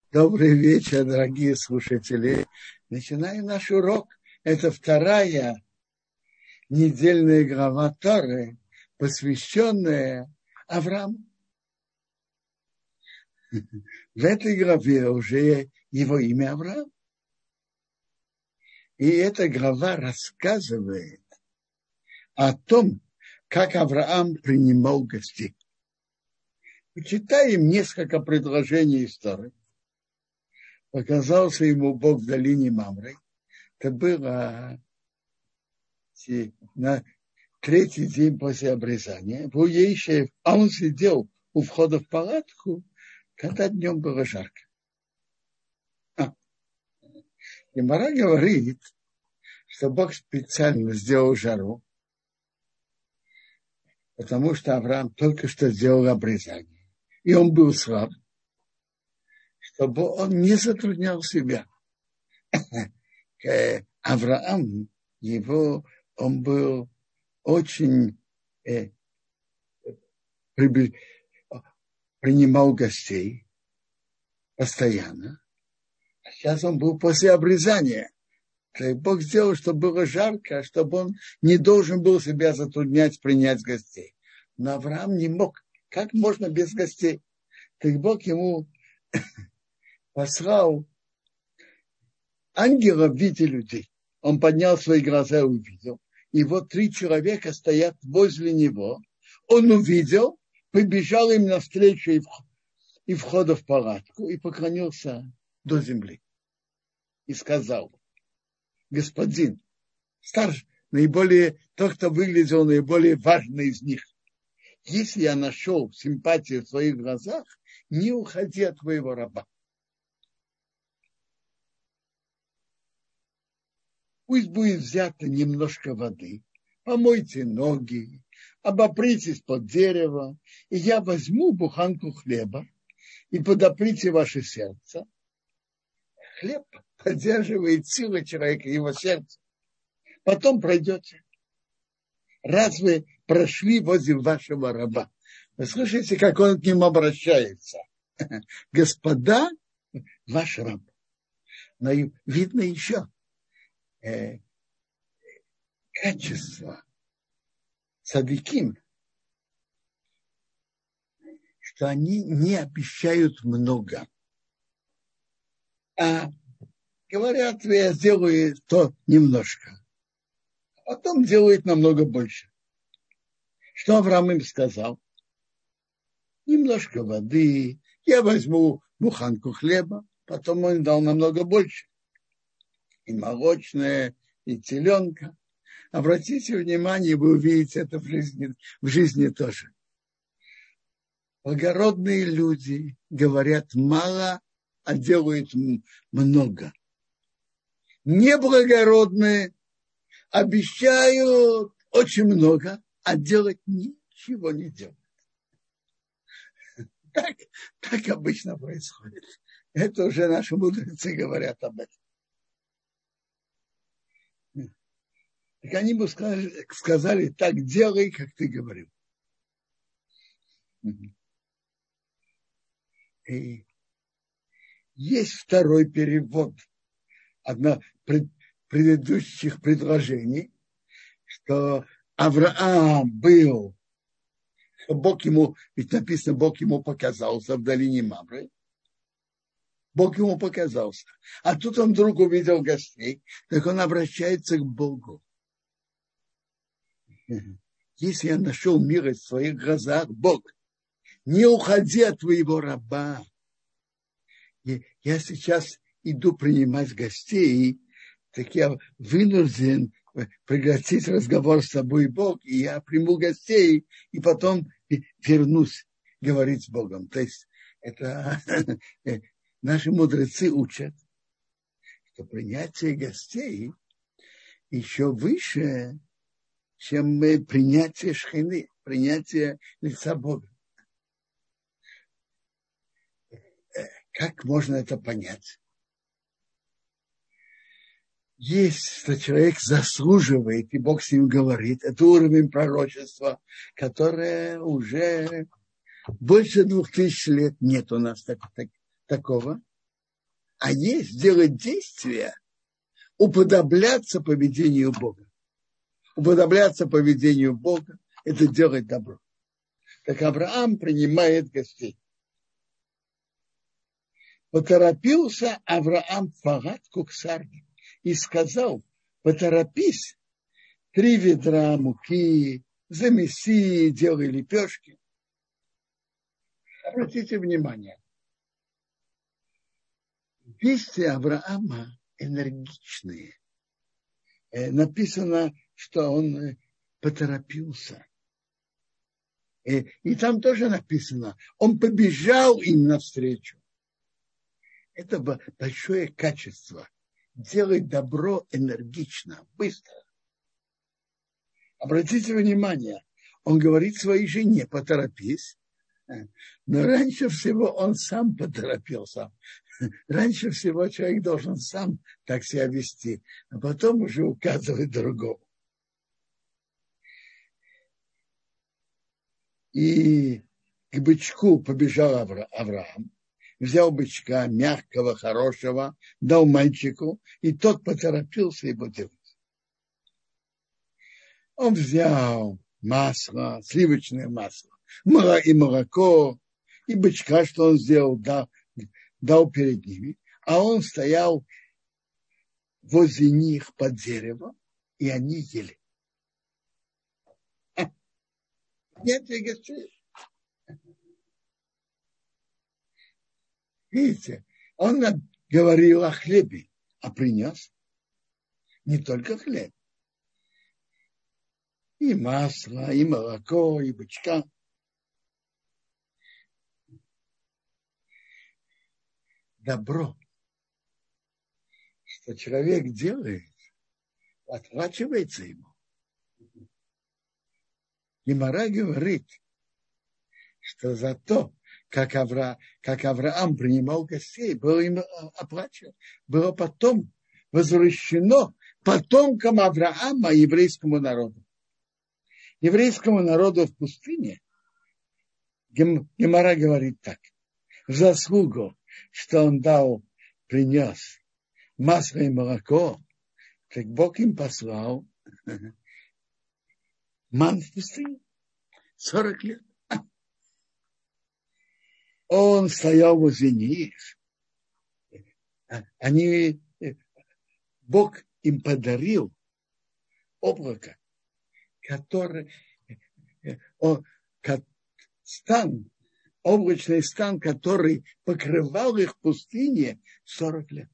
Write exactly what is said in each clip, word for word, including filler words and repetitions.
Добрый вечер, дорогие слушатели. Начинаем наш урок. Это вторая недельная глава Торы, посвященная Аврааму. В этой главе уже его имя Авраам. И эта глава рассказывает о том, как Авраам принимал гостей. Почитаем несколько предложений из Торы. Показался ему Бог в долине Мамры. Это было на третий день после обрезания. А он сидел у входа в палатку, когда днем было жарко. А. Гемара говорит, что Бог специально сделал жару, потому что Авраам только что сделал обрезание. И он был слаб, чтобы он не затруднял себя. Авраам, его, он был очень э, принимал гостей постоянно. А сейчас он был после обрезания. Бог сделал, чтобы было жарко, чтобы он не должен был себя затруднять принять гостей. Но Авраам не мог. Как можно без гостей? Так Бог ему послал ангелов в виде людей. Он поднял свои глаза и увидел. И вот три человека стоят возле него. Он увидел, побежал им навстречу и входа в палатку и поклонился до земли. И сказал: господин, старший, наиболее, тот, кто выглядел наиболее важный из них, если я нашел симпатию в твоих глазах, не уходи от твоего раба. Пусть будет взято немножко воды, помойте ноги, обопритесь под дерево, и я возьму буханку хлеба и подоприте ваше сердце. Хлеб поддерживает силы человека, его сердце. Потом пройдете. Раз вы прошли возле вашего раба. Вы слышите, как он к ним обращается. Господа, ваш раб. Но видно еще э, качество цадиким, что они не обещают много. А говорят, я сделаю то немножко. А потом делают намного больше. Что Авраам им сказал? Немножко воды, я возьму буханку хлеба, потом он дал намного больше. И молочное, и теленка. Обратите внимание, вы увидите это в жизни, в жизни тоже. Благородные люди говорят мало, а делают много. Неблагородные обещают очень много, а делать ничего не делают. Так, так обычно происходит. Это уже наши мудрецы говорят об этом. Так они бы сказали, сказали, так делай, как ты говорил. И есть второй перевод одно пред, предыдущих предложений, что Авраам был, что Бог ему, ведь написано, Бог ему показался в долине Мамры. Бог ему показался. А тут он вдруг увидел гостей, так он обращается к Богу. Если я нашел милость в своих глазах, Бог, не уходи от твоего раба. Я сейчас иду принимать гостей, так я вынужден прекратить разговор с тобой, Бог, и я приму гостей, и потом вернусь говорить с Богом. То есть это наши мудрецы учат, что принятие гостей еще выше, чем принятие шхины, принятие лица Бога. Как можно это понять? Есть, что человек заслуживает, и Бог с ним говорит. Это уровень пророчества, которое уже больше двух тысяч лет нет у нас так, так, такого. А есть делать действия, уподобляться поведению Бога. Уподобляться поведению Бога – это делать добро. Как Авраам принимает гостей. Поторопился Авраам в палатку к Сарге и сказал: поторопись, три ведра муки, замеси, делай лепешки. Обратите внимание, действия Авраама энергичные. Написано, что он поторопился. И, и там тоже написано, он побежал им навстречу. Это большое качество. Делать добро энергично, быстро. Обратите внимание, он говорит своей жене: поторопись. Но раньше всего он сам поторопился. Раньше всего человек должен сам так себя вести, а потом уже указывать другому. И к бычку побежал Авраам, взял бычка, мягкого, хорошего, дал мальчику, и тот поторопился его делать. Он взял масло, сливочное масло, и молоко, и бычка, что он сделал, дал, дал перед ними, а он стоял возле них под деревом, и они ели. Нет, я говорю, видите, он говорил о хлебе, а принес не только хлеб. И масло, и молоко, и бычка. Добро, что человек делает, отплачивается ему. Гемара говорит, что за то, как, Авра, как Авраам принимал гостей, было им оплачено, было потом возвращено потомкам Авраама еврейскому народу. Еврейскому народу в пустыне Гемара говорит так: в заслугу, что он дал, принес масло и молоко, так Бог им послал ман в пустыне сорок лет. Он стоял возле них. Они, Бог им подарил облако, который, о, стан, облачный стан, который покрывал их в пустыне сорок лет.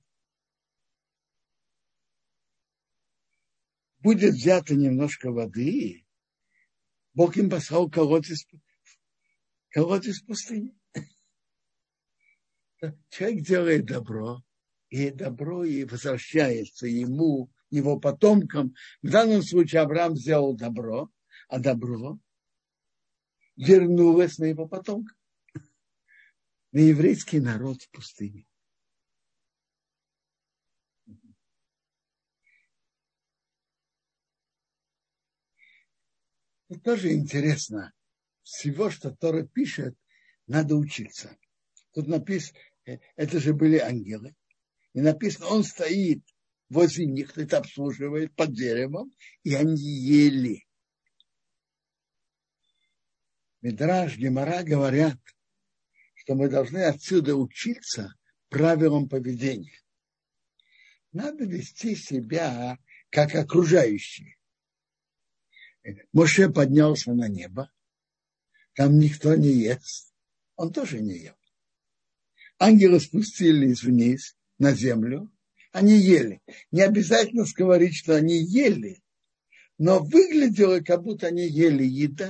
Будет взято немножко воды, Бог им послал колодец, колодец в пустыне. Человек делает добро, и добро и возвращается ему, его потомкам. В данном случае Авраам сделал добро, а добро вернулось на его потомков, на еврейский народ в пустыне. Это тоже интересно. Всего, что Тора пишет, надо учиться. Тут написано, это же были ангелы. И написано, он стоит возле них, это обслуживает под деревом, и они ели. Мидраш, Гемара говорят, что мы должны отсюда учиться правилам поведения. Надо вести себя как окружающие. Моше поднялся на небо, там никто не ест, он тоже не ел. Ангелы спустились вниз на землю, они ели. Не обязательно говорить, что они ели, но выглядело, как будто они ели. Еда,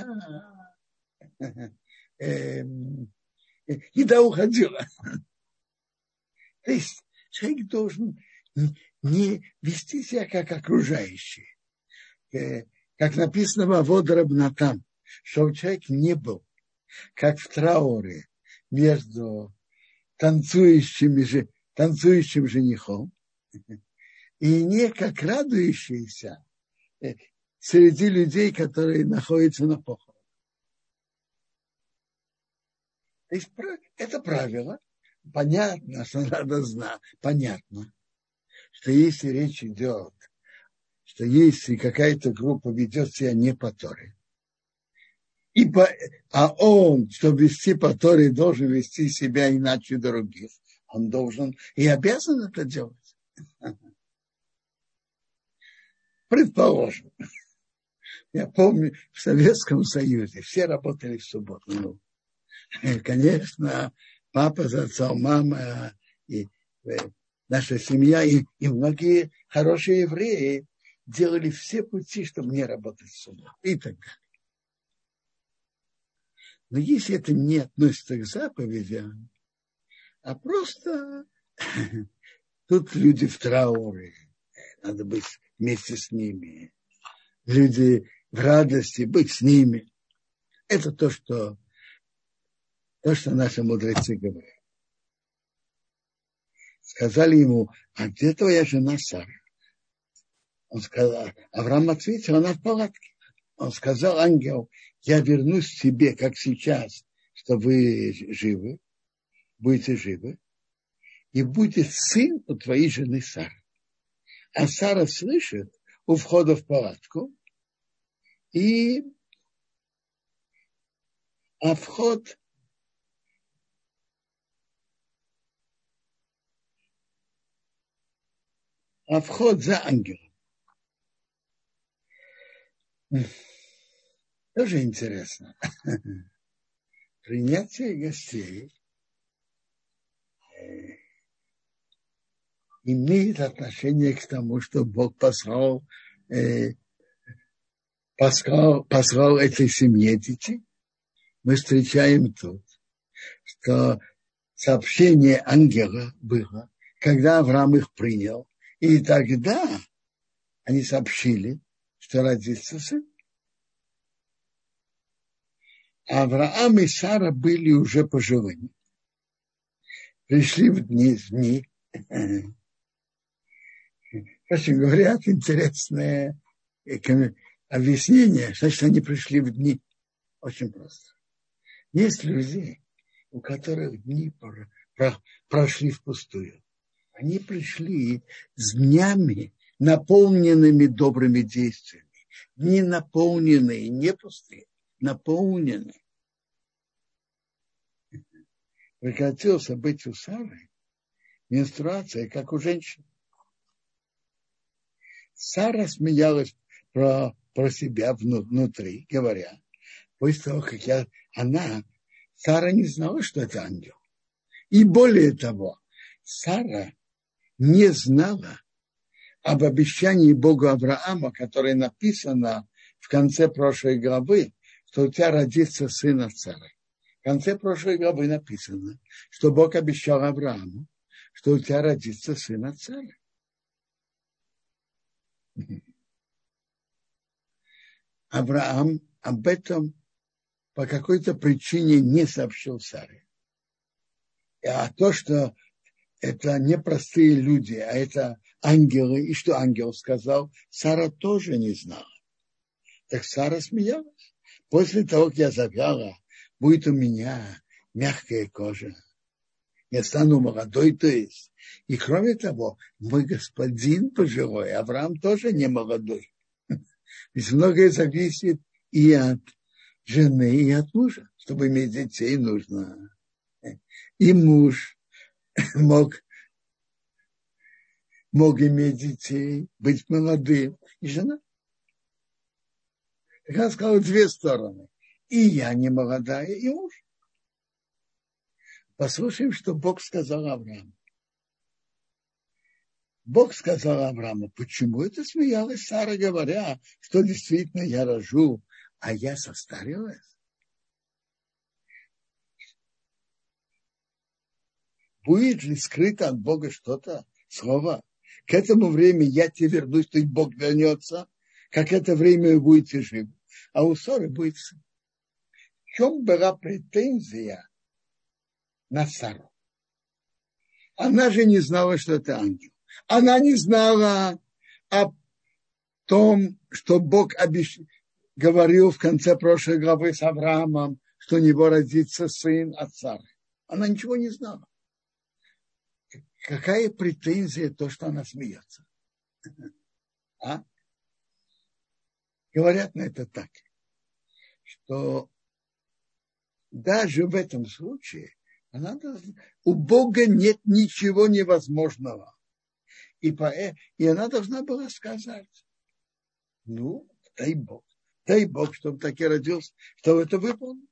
еда уходила. То есть человек должен не вести себя как окружающий. Как написано в Авод Рабнатан, чтобы человек не был как в трауре между танцующими, танцующим женихом и не как радующийся среди людей, которые находятся на похоронах. То есть это правило, понятно, что надо знать, понятно, что если речь идет, что если какая-то группа ведет себя не по Торе, и по, а он, чтобы вести по Торе, должен вести себя иначе других, он должен и обязан это делать. Предположим, я помню, в Советском Союзе все работали в субботу. Ну, конечно, папа за отцом, мама и наша семья, и, и многие хорошие евреи делали все пути, чтобы не работать в субботу и так далее. Но если это не относится к заповедям, а просто тут люди в трауре, надо быть вместе с ними, люди в радости, быть с ними. Это то, что, то, что наши мудрецы говорят. Сказали ему, а где твоя жена Сара? Он сказал, Авраам ответил, она в палатке. Он сказал ангелу, я вернусь к тебе, как сейчас, что вы живы, будете живы, и будет сын у твоей жены Сары. А Сара слышит у входа в палатку, и а вход а вход за ангелом. Тоже интересно. Принятие гостей имеет отношение к тому, что Бог послал, э, послал, послал этой семье детей. Мы встречаем тут, что сообщение ангела было, когда Авраам их принял, и тогда они сообщили, что родится сын. Авраам и Сара были уже пожилыми. Пришли в дни, в дни. Очень говорят, интересное объяснение, значит, они пришли в дни. Очень просто. Есть люди, у которых дни прошли впустую. Они пришли с днями, наполненными добрыми действиями. Дни наполненные, не пустые, наполненные. Прекратился быть у Сары менструация, как у женщин. Сара смеялась про, про себя внутри, говоря, после того, как я, она, Сара не знала, что это ангел. И более того, Сара не знала об обещании Богу Авраама, которое написано в конце прошлой главы, что у тебя родится сын от Сары. В конце прошлой главы написано, что Бог обещал Аврааму, что у тебя родится сын от Сары. Авраам об этом по какой-то причине не сообщил Саре. А то, что это не простые люди, а это ангелы, и что ангел сказал, Сара тоже не знала. Так Сара смеялась. После того, как я завяла, будет у меня мягкая кожа. Я стану молодой, то есть. И кроме того, мой господин пожилой, Авраам тоже не молодой. Ведь многое зависит и от жены, и от мужа. Чтобы иметь детей, нужно. И муж мог, мог иметь детей, быть молодым, и жена. Так она сказала две стороны. И я не молодая, и муж. Послушаем, что Бог сказал Аврааму. Бог сказал Аврааму, почему это смеялась Сара, говоря, что действительно я рожу, а я состарилась? Будет ли скрыто от Бога что-то, слово? К этому времени я тебе вернусь, то есть Бог вернется, как это время вы будете живы. А у Сары будет сын. В чем была претензия на Сару? Она же не знала, что это ангел. Она не знала о том, что Бог обещ... говорил в конце прошлой главы с Авраамом, что у него родится сын от Сары. Она ничего не знала. какая претензия то, что она смеется? А? Говорят на это так, что даже в этом случае она должна, у Бога нет ничего невозможного. И, по, и она должна была сказать, ну, дай Бог, дай Бог, чтобы так и родился, чтобы это выполнилось.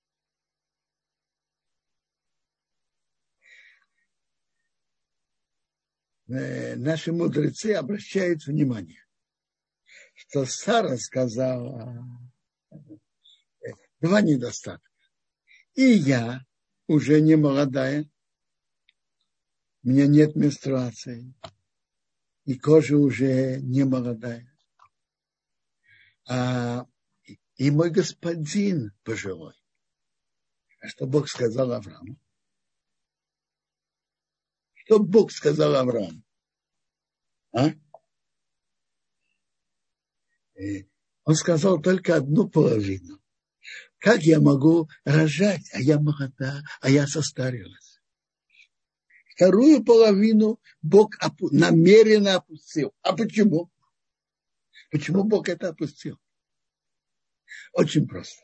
Наши мудрецы обращают внимание, что Сара сказала два недостатка. И я уже не молодая, у меня нет менструации, и кожа уже не молодая. А, и мой господин пожилой. А что Бог сказал Аврааму? Что Бог сказал Аврааму? А? Он сказал только одну половину. Как я могу рожать, а я молода, а я состарилась? Вторую половину Бог опу- намеренно опустил. А почему? Почему Бог это опустил? Очень просто.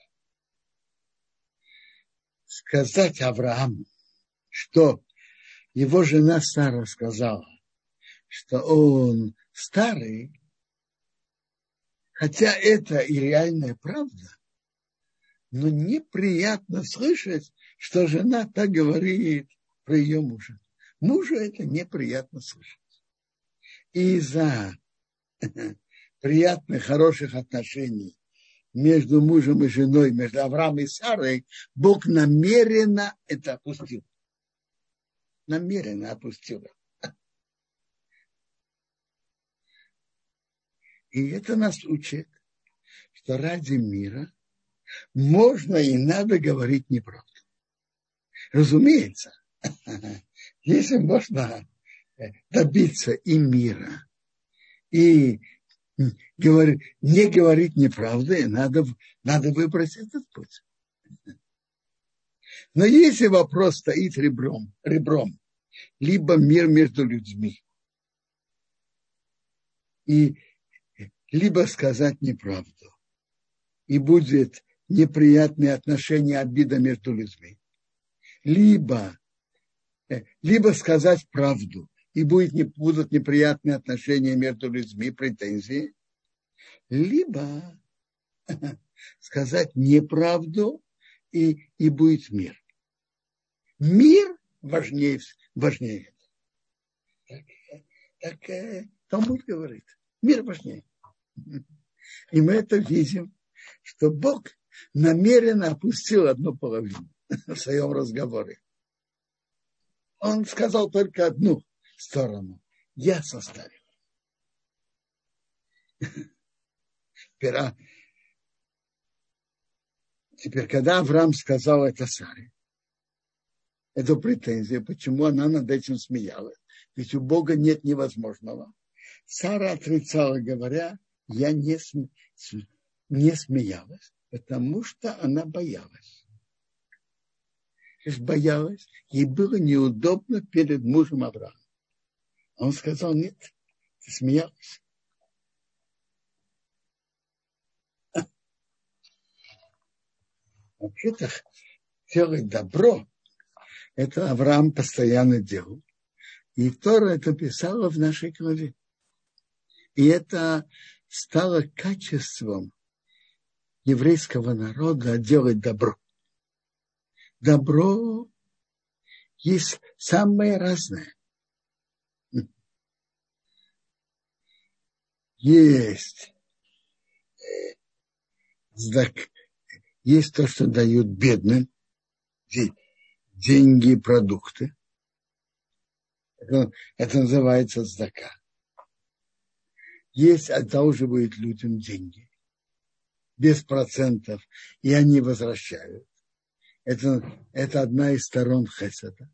Сказать Аврааму, что его жена Сара сказала, что он старый, хотя это и реальная правда, но неприятно слышать, что жена так говорит про ее мужа. Мужу это неприятно слышать. И из-за приятных, хороших отношений между мужем и женой, между Авраамом и Сарой, Бог намеренно это опустил. Намеренно опустил. И это нас учит, что ради мира можно и надо говорить неправду. Разумеется, если можно добиться и мира, и говорить, не говорить неправды, надо, надо выбрать этот путь. Но если вопрос стоит ребром, ребром, либо мир между людьми, и либо сказать неправду, и будет неприятные отношения, обида между людьми, либо, либо сказать правду, и будет, не, будут неприятные отношения между людьми, претензии, либо сказать неправду, и, и будет мир. Мир важнее, важнее. Так, так Талмуд говорит, мир важнее. И мы это видим, что Бог намеренно опустил одну половину в своем разговоре. Он сказал только одну сторону. Я состарил. Теперь, теперь, когда Авраам сказал это Саре, эту претензию, почему она над этим смеялась, ведь у Бога нет невозможного. Сара отрицала, говоря, я не, сме, не смеялась, потому что она боялась. Боялась, ей было неудобно перед мужем Авраама. Он сказал, нет, ты смеялась. Вообще-то делать добро, это Авраам постоянно делал. И Тора это писала в нашей крови. И это стало качеством еврейского народа делать добро. Добро есть самое разное. Есть, есть то, что дают бедным, деньги, продукты. Это, это называется цдака. Есть, одалживают людям деньги без процентов, и они возвращают. Это, это одна из сторон хеседа.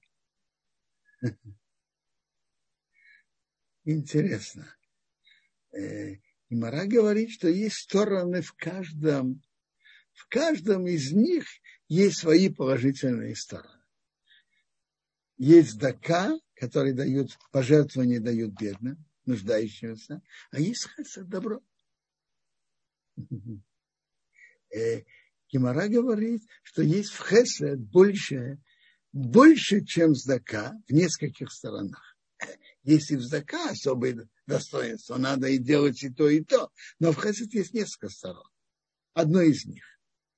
Интересно. Гемара говорит, что есть стороны в каждом, в каждом из них есть свои положительные стороны. Есть дака, которые дают, пожертвования дают бедным, нуждающимся, а есть хесед, добро. Гемара говорит, что есть в хесед больше, больше, чем в зака в нескольких сторонах. Если в зака особое достоинство, надо и делать и то, и то. Но в хесед есть несколько сторон. Одно из них.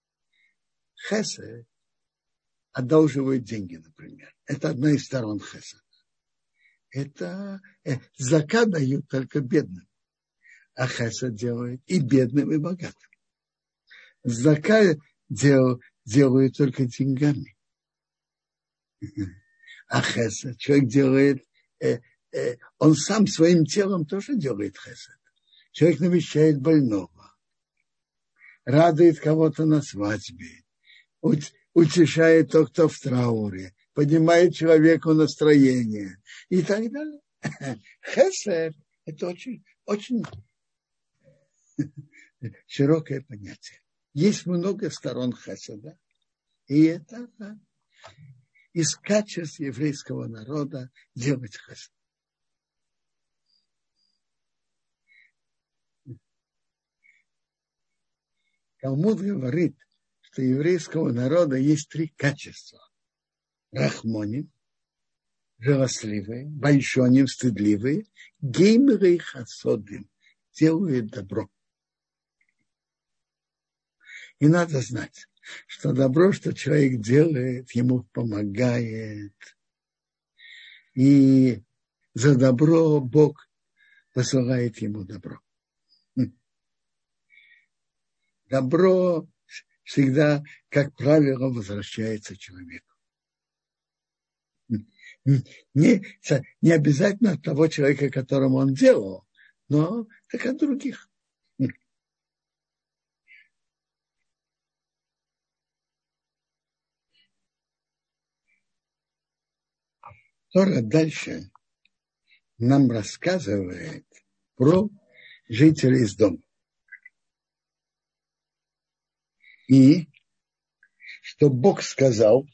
Хесед одалживает деньги, например. Это одна из сторон хеседа. Это э, зака дают только бедным. А хесед делает и бедным, и богатым. Зака дел, делают только деньгами. А хесед человек делает, э, э, он сам своим телом тоже делает хесед. Человек навещает больного, радует кого-то на свадьбе, утешает того, кто в трауре, поднимает человеку настроение и так далее. Хесед – это очень, очень широкое понятие. Есть много сторон хеседа, и это из качеств еврейского народа делать хесед. Талмуд говорит, что у еврейского народа есть три качества. Рахмоним, жалостливые, большоним, стыдливые, геймеры и хасодим, делают добро. И надо знать, что добро, что человек делает, ему помогает. И за добро Бог посылает ему добро. Добро всегда, как правило, возвращается человеку. Не, не обязательно от того человека, которому он делал, но так от других. Тора дальше нам рассказывает про жителей из дома. И что Бог сказал,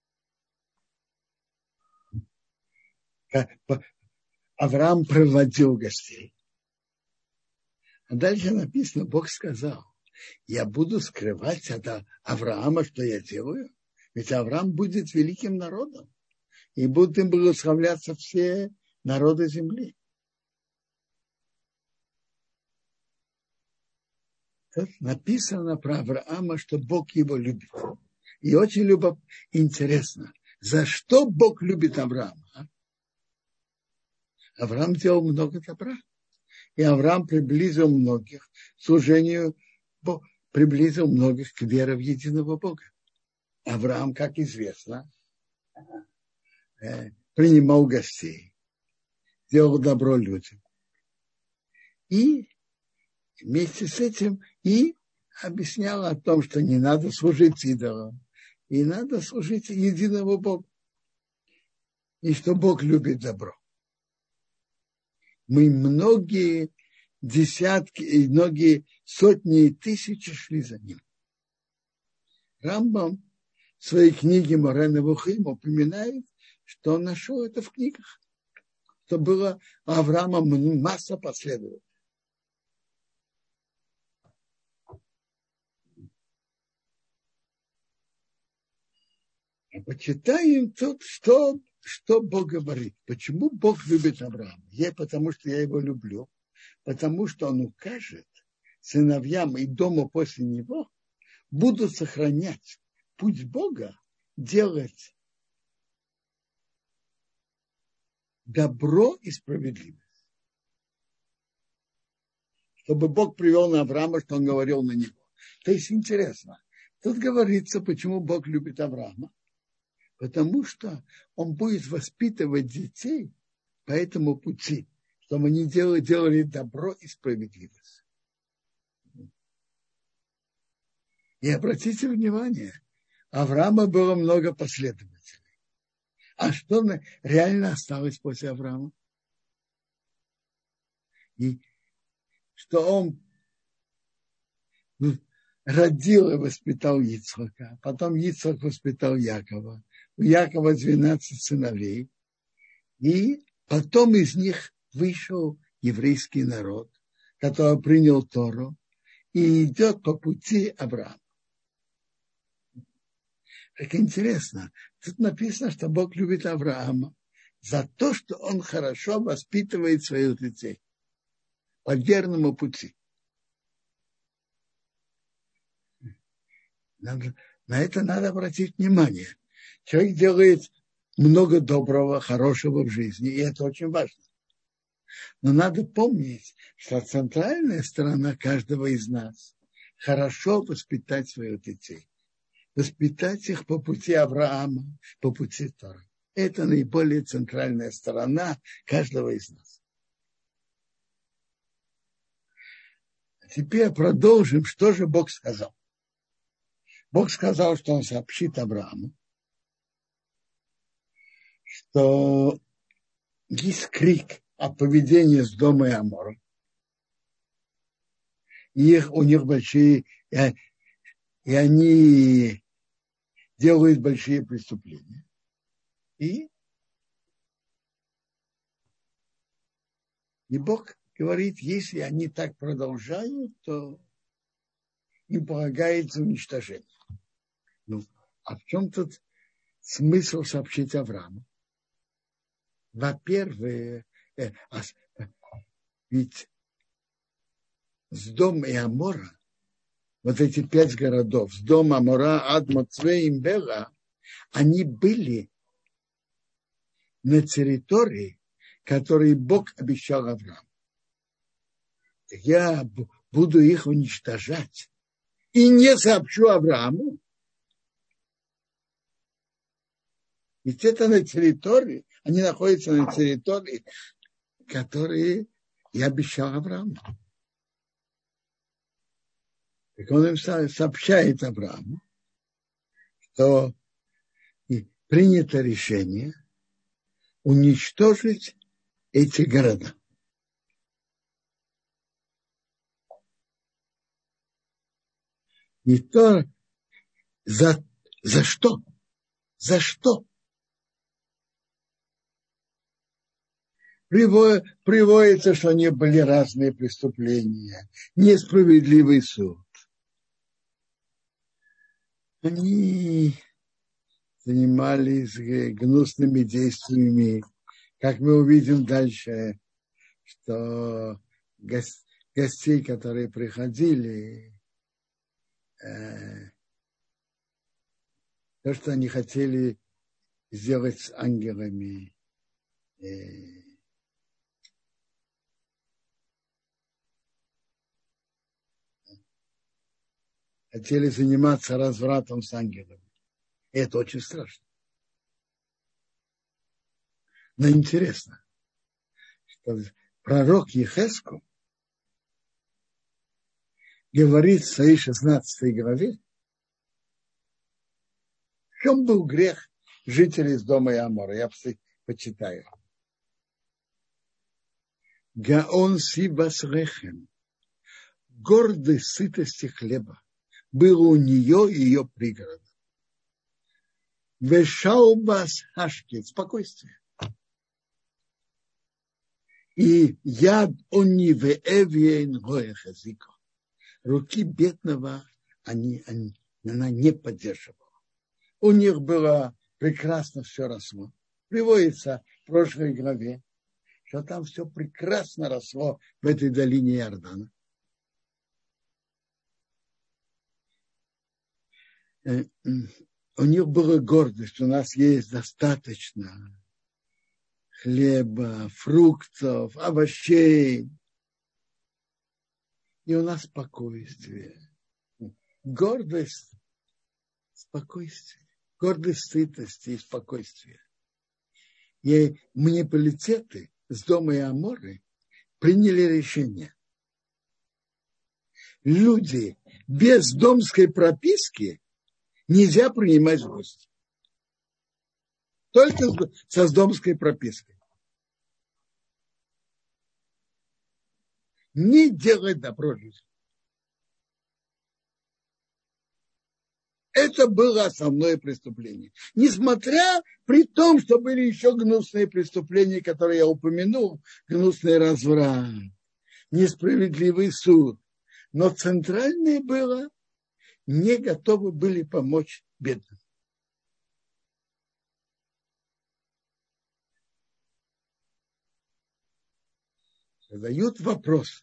Авраам проводил гостей. А дальше написано, Бог сказал, я буду скрывать от Авраама, что я делаю, ведь Авраам будет великим народом, и будут им благословляться все народы земли. Тут написано про Авраама, что Бог его любит. И очень любо... интересно, за что Бог любит Авраама? А? Авраам делал много добра. И Авраам приблизил многих к служению, приблизил многих к вере в единого Бога. Авраам, как известно, принимал гостей, делал добро людям. И вместе с этим и объяснял о том, что не надо служить идолам, и надо служить единому Богу. И что Бог любит добро. Мы многие десятки, и многие сотни и тысячи шли за ним. Рамбам в своей книге Море Невухим упоминает, что он нашел это в книгах, что было у Авраама масса последователей. Почитаем тут, что, что Бог говорит. Почему Бог любит Авраама? Я, потому что я его люблю. Потому что он укажет сыновьям и дому после него будут сохранять путь Бога, делать добро и справедливость. Чтобы Бог привел на Авраама, что он говорил на него. То есть интересно. Тут говорится, почему Бог любит Авраама. Потому что он будет воспитывать детей по этому пути, чтобы они делали, делали добро и справедливость. И обратите внимание, Авраама было много последователей. А что реально осталось после Авраама? И что он родил и воспитал Ицхака, потом Ицхак воспитал Якова, у Якова двенадцать сыновей, и потом из них вышел еврейский народ, который принял Тору и идет по пути Авраама. Как интересно, тут написано, что Бог любит Авраама за то, что он хорошо воспитывает своих детей по верному пути. Надо, на это надо обратить внимание. Человек делает много доброго, хорошего в жизни, и это очень важно. Но надо помнить, что центральная сторона каждого из нас – хорошо воспитать своих детей. Воспитать их по пути Авраама, по пути Торы. Это наиболее центральная сторона каждого из нас. А теперь продолжим, что же Бог сказал. Бог сказал, что он сообщит Аврааму, что есть крик о поведении с дома Амора. И их, у них большие, и, и они делают большие преступления. И, и Бог говорит, если они так продолжают, то им полагается уничтожение. Ну, а в чем тут смысл сообщить Аврааму? Во-первых, э, а, ведь Сдом и Амора, вот эти пять городов, Сдом, Амора, Адма, Цве, Имбера, они были на территории, которые Бог обещал Аврааму. Я буду их уничтожать и не сообщу Аврааму. Ведь это на территории, они находятся на территории, которые я обещал Аврааму. Так он им сообщает Аврааму, что принято решение уничтожить эти города. И то за, за что? За что? Приводится, что они были разные преступления, несправедливый суд. Они занимались гнусными действиями, как мы увидим дальше, что гостей, которые приходили, то, что они хотели сделать с ангелами, хотели заниматься развратом с ангелами. И это очень страшно. Но интересно, что пророк Ехескел говорит в своей шестнадцатой главе, в чем был грех жителей из дома Амора. Я почитаю. Гаон сибас рехем. Гордость сытости хлеба было у нее и ее пригорода. Вешаубас хашки. Спокойствие. И яд они веевьен гоехазико. Руки бедного они, они, она не поддерживала. У них было прекрасно все росло. Приводится в прошлой главе, что там все прекрасно росло в этой долине Иордана. У них была гордость, у нас есть достаточно хлеба, фруктов, овощей. И у нас спокойствие. Гордость, спокойствие. Гордость сытости и спокойствия. И муниципалитеты с дома и Аморы приняли решение. Люди без домской прописки нельзя принимать в гости. Только со домской пропиской. Не делать добро людям. Это было основное преступление. Несмотря при том, что были еще гнусные преступления, которые я упомянул, гнусный разврат, несправедливый суд. Но центральное было, не готовы были помочь бедным. Задают вопрос.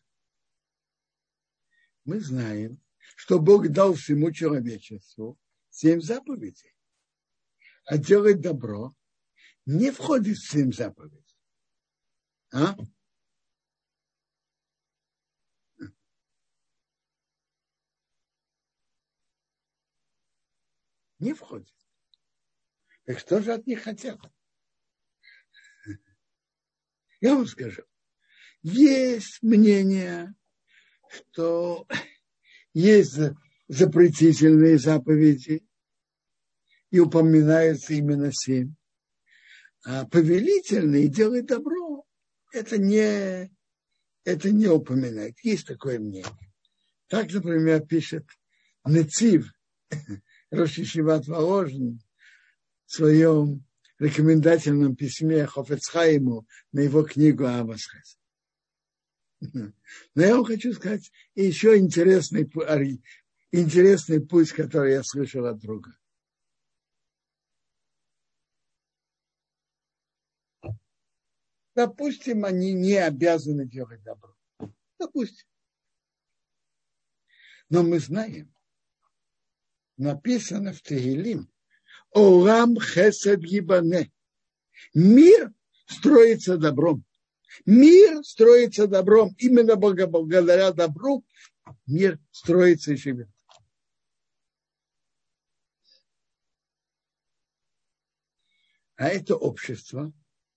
Мы знаем, что Бог дал всему человечеству семь заповедей. А делать добро не входит в семь заповедей. А? Не входит. Так что же от них хотят? Я вам скажу. Есть мнение, что есть запретительные заповеди, и упоминается именно семь. А повелительные делать добро, это не, это не упоминает. Есть такое мнение. Так, например, пишет Нецив Рош Ешиват Воложин в своем рекомендательном письме Хофец Хаиму на его книгу Авас Хесед. Но я вам хочу сказать еще интересный, интересный путь, который я слышал от друга. Допустим, они не обязаны делать добро. Допустим. Но мы знаем, написано в Тегилим, Олам хесед гибане. Мир строится добром. Мир строится добром. Именно благодаря добру мир строится и живет. А это общество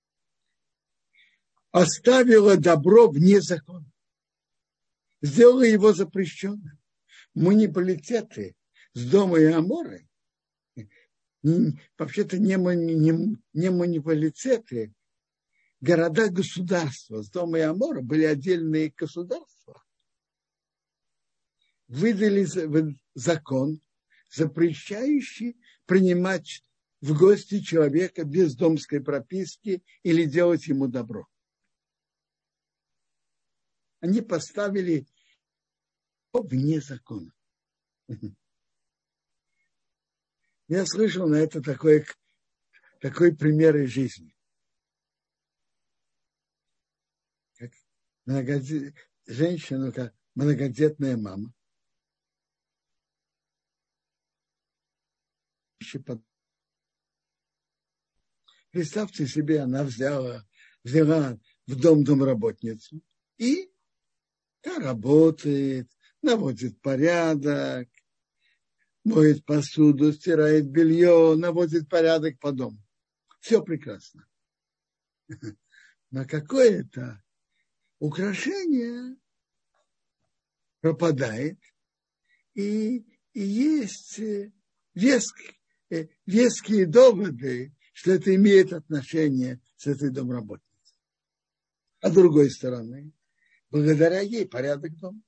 оставило добро вне закона. Сделало его запрещенным. Муниципалитеты с Дома и Аморы, вообще-то не, не, не муниципалитеты, города-государства с Дома и Амора были отдельные государства. Выдали закон, запрещающий принимать в гости человека без домской прописки или делать ему добро. Они поставили вне закона. Я слышал на это такой, такой пример из жизни. Как многодет... Женщина, как многодетная мама. Представьте себе, она взяла, взяла в дом домработницу и та работает, наводит порядок, моет посуду, стирает белье, наводит порядок по дому. Все прекрасно. Но какое-то украшение пропадает, и, и есть веские, веские доводы, что это имеет отношение с этой домработницей. А с другой стороны, благодаря ей порядок дома.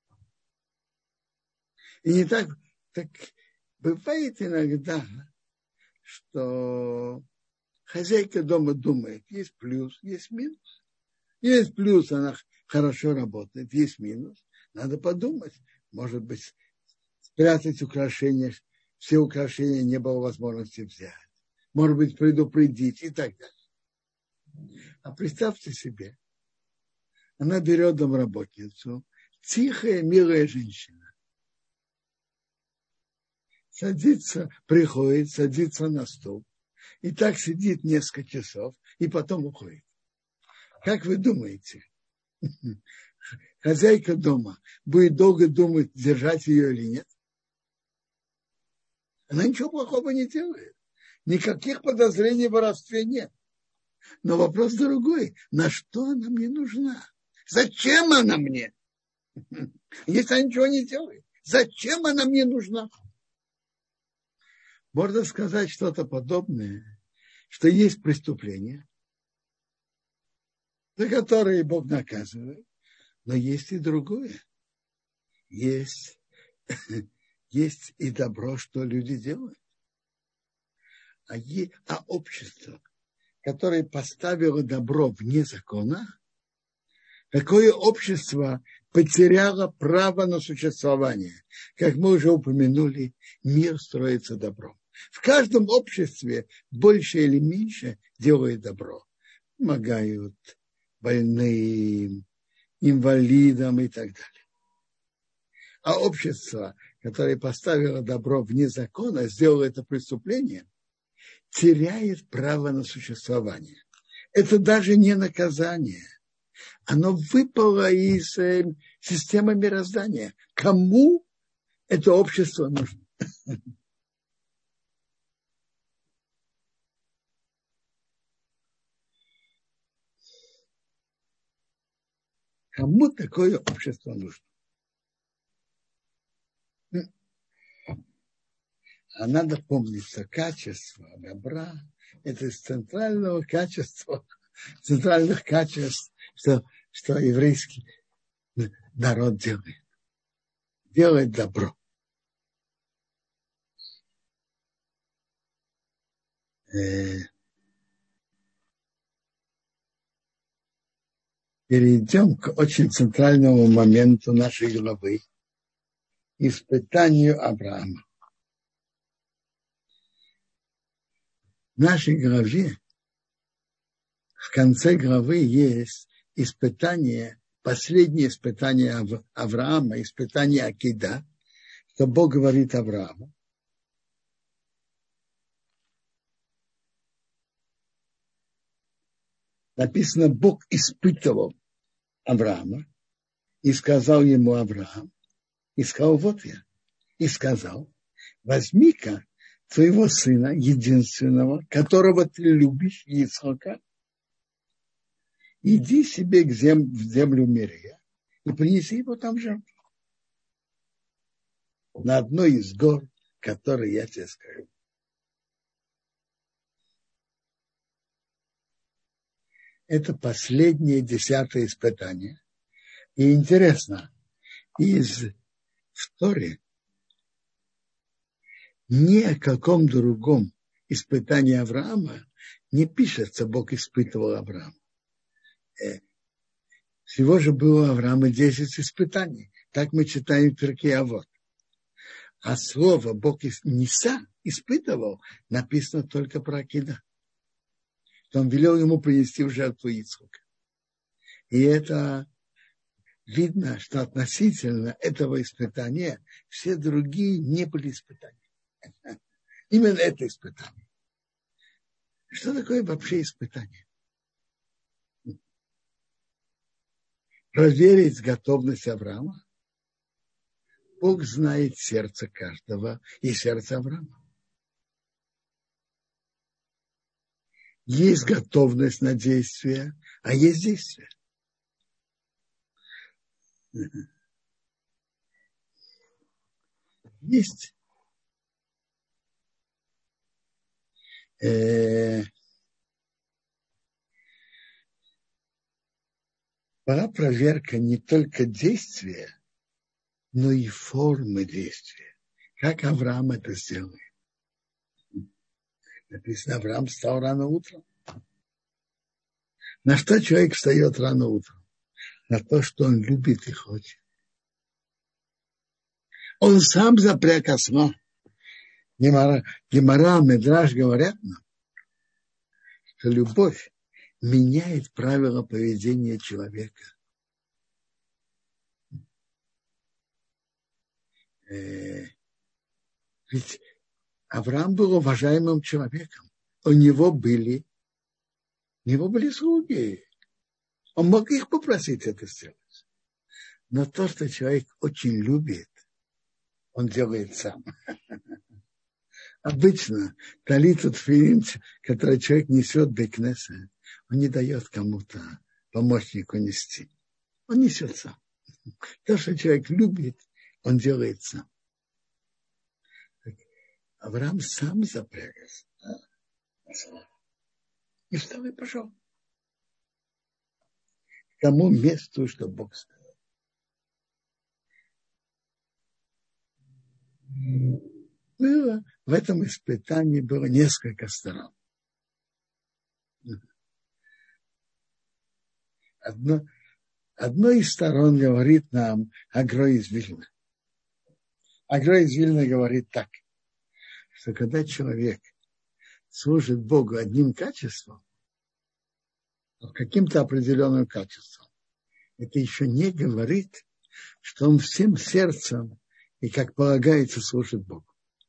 И не так, так бывает иногда, что хозяйка дома думает, есть плюс, есть минус. Есть плюс, она хорошо работает, есть минус. Надо подумать, может быть, спрятать украшения, все украшения не было возможности взять. Может быть, предупредить и так далее. А представьте себе, она берет домработницу, тихая, милая женщина. Садится, приходит, садится на стол. И так сидит несколько часов, и потом уходит. Как вы думаете, хозяйка дома будет долго думать, держать ее или нет? Она ничего плохого не делает. Никаких подозрений в воровстве нет. Но вопрос другой. На что она мне нужна? Зачем она мне? Если она ничего не делает. Зачем она мне нужна? Можно сказать что-то подобное, что есть преступления, за которые Бог наказывает, но есть и другое. Есть, есть и добро, что люди делают. А, е, а общество, которое поставило добро вне закона, такое общество потеряло право на существование. Как мы уже упомянули, мир строится добром. В каждом обществе больше или меньше делают добро. Помогают больным, инвалидам и так далее. А общество, которое поставило добро вне закона, сделало это преступление, теряет право на существование. Это даже не наказание. Оно выпало из э, системы мироздания. Кому это общество нужно? Кому такое общество нужно? А надо помнить, что качество добра – это из центрального качества, центральных качеств, что, что еврейский народ делает. Делает добро. Перейдем к очень центральному моменту нашей главы – испытанию Авраама. В нашей главе, в конце главы есть испытание, последнее испытание Ав- Авраама, испытание Акида, что Бог говорит Аврааму. Написано, Бог испытывал Авраама и сказал ему Авраам, и сказал, вот я, и сказал, возьми-ка твоего сына, единственного, которого ты любишь, Ицхака, иди себе к зем, в землю Мирия и принеси его там в жертву. На одной из гор, которые я тебе скажу. Это последнее десятое испытание. И интересно, из в Торе ни о каком другом испытании Авраама не пишется, Бог испытывал Авраама. Всего же было у Авраама десять испытаний. Так мы читаем в Перкей Авот. А слово Бог Ниса испытывал написано только про Акида. Он велел ему принести в жертву Ицхака. И это видно, что относительно этого испытания все другие не были испытания. Именно это испытание. Что такое вообще испытание? Проверить готовность Авраама. Бог знает сердце каждого и сердце Авраама. Есть готовность на действие, а есть действие. Есть э, была проверка не только действия, но и формы действия. Как Авраам это сделает? Написано, Авраам встал рано утром. На что человек встает рано утром? На то, что он любит и хочет. Он сам запряг осла. Гемара, Гемара, Медраш говорят нам, что любовь меняет правила поведения человека. Э, ведь Авраам был уважаемым человеком. У него были, у него были слуги. Он мог их попросить это сделать. Но то, что человек очень любит, он делает сам. Обычно талит тфилин, который человек несет в бейкнесе, он не дает кому-то помощнику нести. Он несет сам. То, что человек любит, он делает сам. Авраам сам запрягся. И встал и пошел. К тому месту, что Бог сказал. было, в этом испытании было несколько сторон. Одно, одной из сторон говорит нам Агро из Вильна. Агро из Вильна говорит так, что когда человек служит Богу одним качеством, каким-то определенным качеством, это еще не говорит, что он всем сердцем и, как полагается, служит Богу.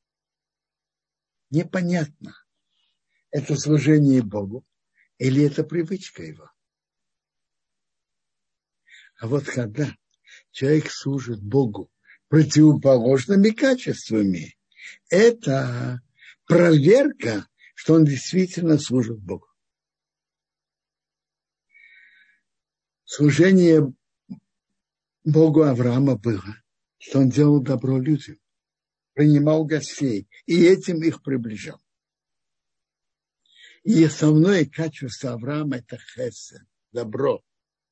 Непонятно, это служение Богу или это привычка его. А вот когда человек служит Богу противоположными качествами, это проверка, что он действительно служит Богу. Служение Богу Авраама было, что он делал добро людям, принимал гостей и этим их приближал. И основное качество Авраама – это хесед, добро.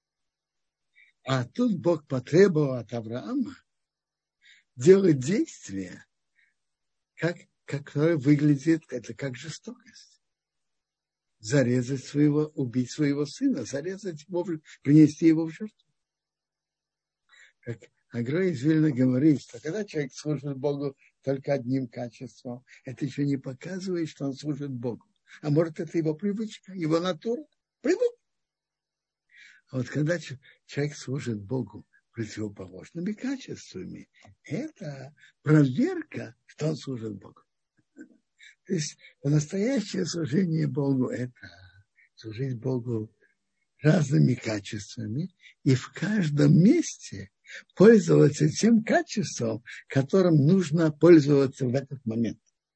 А тут Бог потребовал от Авраама делать действия, как, которое выглядит, это как жестокость. Зарезать своего, убить своего сына, зарезать его, принести его в жертву. Как Агро из Вильна говорит, что когда человек служит Богу только одним качеством, это еще не показывает, что он служит Богу. А может, это его привычка, его натура, привычка. А вот когда человек служит Богу противоположными качествами, это проверка, что он служит Богу. То есть настоящее служение Богу – это служить Богу разными качествами и в каждом месте пользоваться тем качеством, которым нужно пользоваться в этот момент.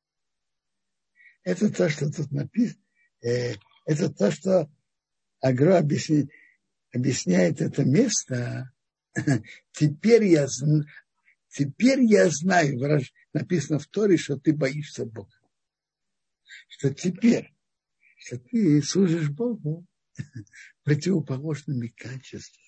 Это то, что тут написано. Это то, что Агро объясняет, объясняет это место. Теперь я, теперь я знаю, написано в Торе, что ты боишься Бога. Что теперь, что ты служишь Богу противоположными качествами.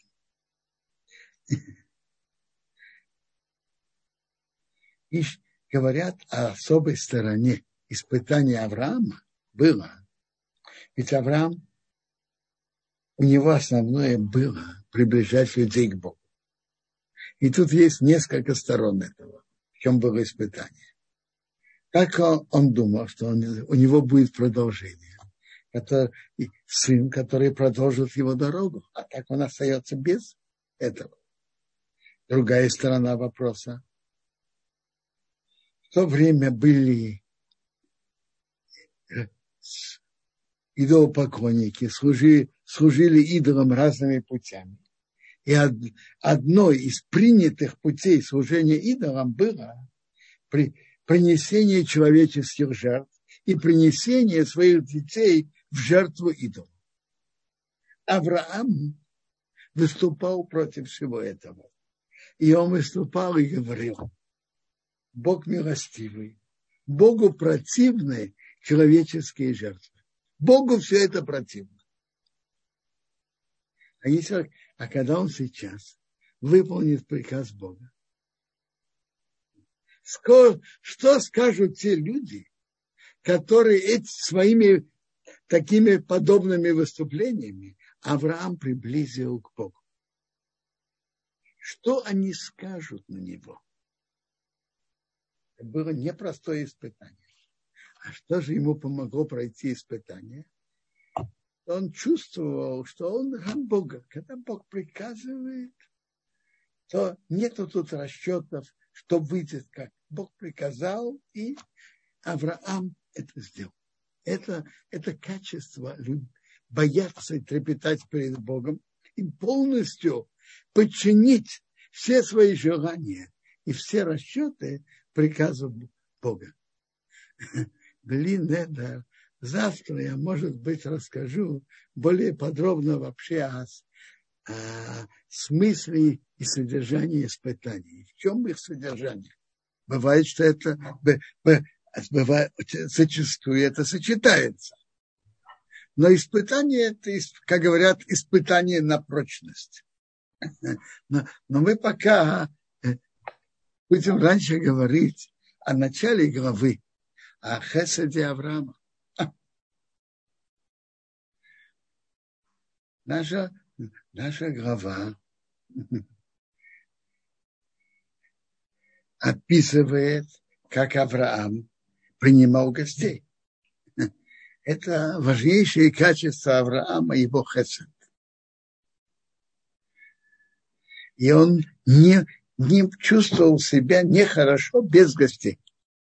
И говорят о особой стороне испытания Авраама было. Ведь Авраам, у него основное было приближать людей к Богу. И тут есть несколько сторон этого, в чем было испытание. Так он, он думал, что он, у него будет продолжение. Это сын, который продолжит его дорогу, а так он остается без этого. Другая сторона вопроса. В то время были идолопоклонники, служили, служили идолам разными путями. И одной из принятых путей служения идолам было при принесение человеческих жертв и принесение своих детей в жертву идолам. Авраам выступал против всего этого. И он выступал и говорил: Бог милостивый, Богу противны человеческие жертвы. Богу все это противно. А, если, а когда он сейчас выполнит приказ Бога, что скажут те люди, которые эти, своими такими подобными выступлениями Авраам приблизил к Богу? Что они скажут на него? Это было непростое испытание. А что же ему помогло пройти испытание? Он чувствовал, что он раб Бога. Когда Бог приказывает, то нету тут расчетов, что выйдет как. Бог приказал, и Авраам это сделал. Это, это качество бояться и трепетать перед Богом и полностью подчинить все свои желания и все расчеты приказу Бога. Блин, это завтра я, может быть, расскажу более подробно вообще о, о смысле и содержании испытаний. В чем их содержание? Бывает, что это бывает, зачастую это сочетается. Но испытание, это, как говорят, испытание на прочность. Но, но мы пока будем раньше говорить о начале главы, о Хеседе Авраама. Наша, наша глава описывает, как Авраам принимал гостей. Это важнейшие качества Авраама, его хесед. И он не, не чувствовал себя нехорошо без гостей.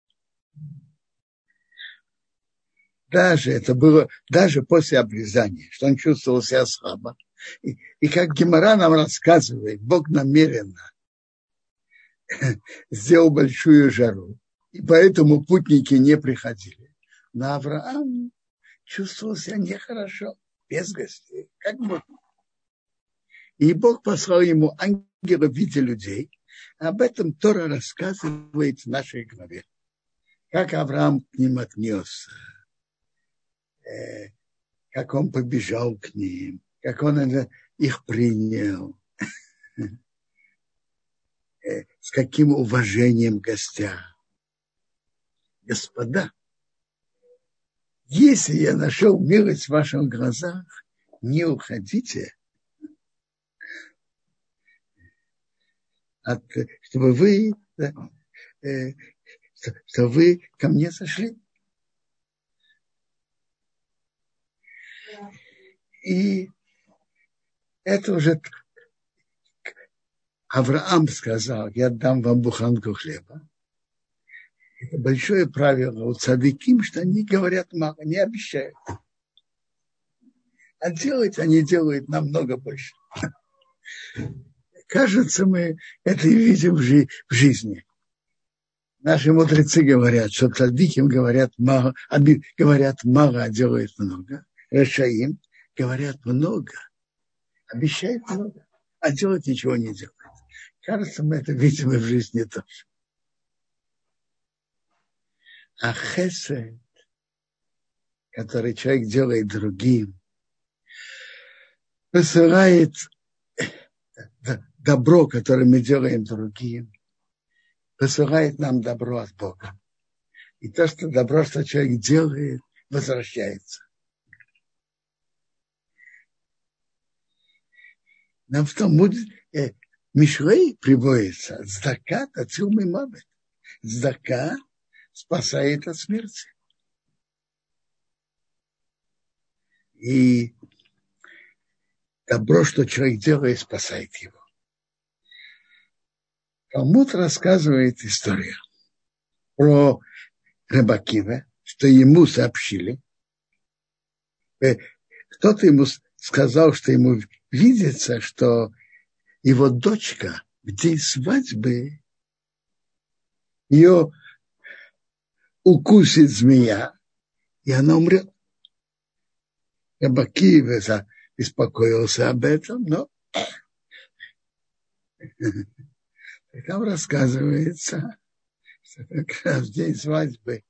Даже это было, даже после обрезания, что он чувствовал себя слабо. И, и как Гемара нам рассказывает, Бог намеренно сделал большую жару, и поэтому путники не приходили. Но Авраам чувствовал себя нехорошо, без гостей, как бы. И Бог послал ему ангела в виде людей. Об этом Тора рассказывает в нашей главе. Как Авраам к ним отнесся, как он побежал к ним, как он их принял, с каким уважением гостя. Господа, если я нашел милость в ваших глазах, не уходите, от, чтобы вы, э, чтобы вы ко мне сошли. И это уже Авраам сказал, я дам вам буханку хлеба. Это большое правило у цадиким, что они говорят мало, не обещают. А делать они делают намного больше. Кажется, мы это и видим в жизни. Наши мудрецы говорят, что цадиким говорят мало, говорят мало, а делают много. Рашаим говорят много, обещают много, а делать ничего не делают. Кажется, мы это видим и в жизни тоже. А хесед, который человек делает другим, посылает добро, которое мы делаем другим, посылает нам добро от Бога. И то, что добро, что человек делает, возвращается. Нам в том э, Мишлей приводится цдака тацил мимавет. Цдака спасает от смерти. И добро, что человек делает, спасает его. Талмуд рассказывает историю про Ребби Акива, что ему сообщили. Кто-то ему сказал, что ему видится, что его дочка в день свадьбы ее укусит змея, и она умрет. Ребби Акива беспокоился об этом, но там рассказывается, что как раз в день свадьбы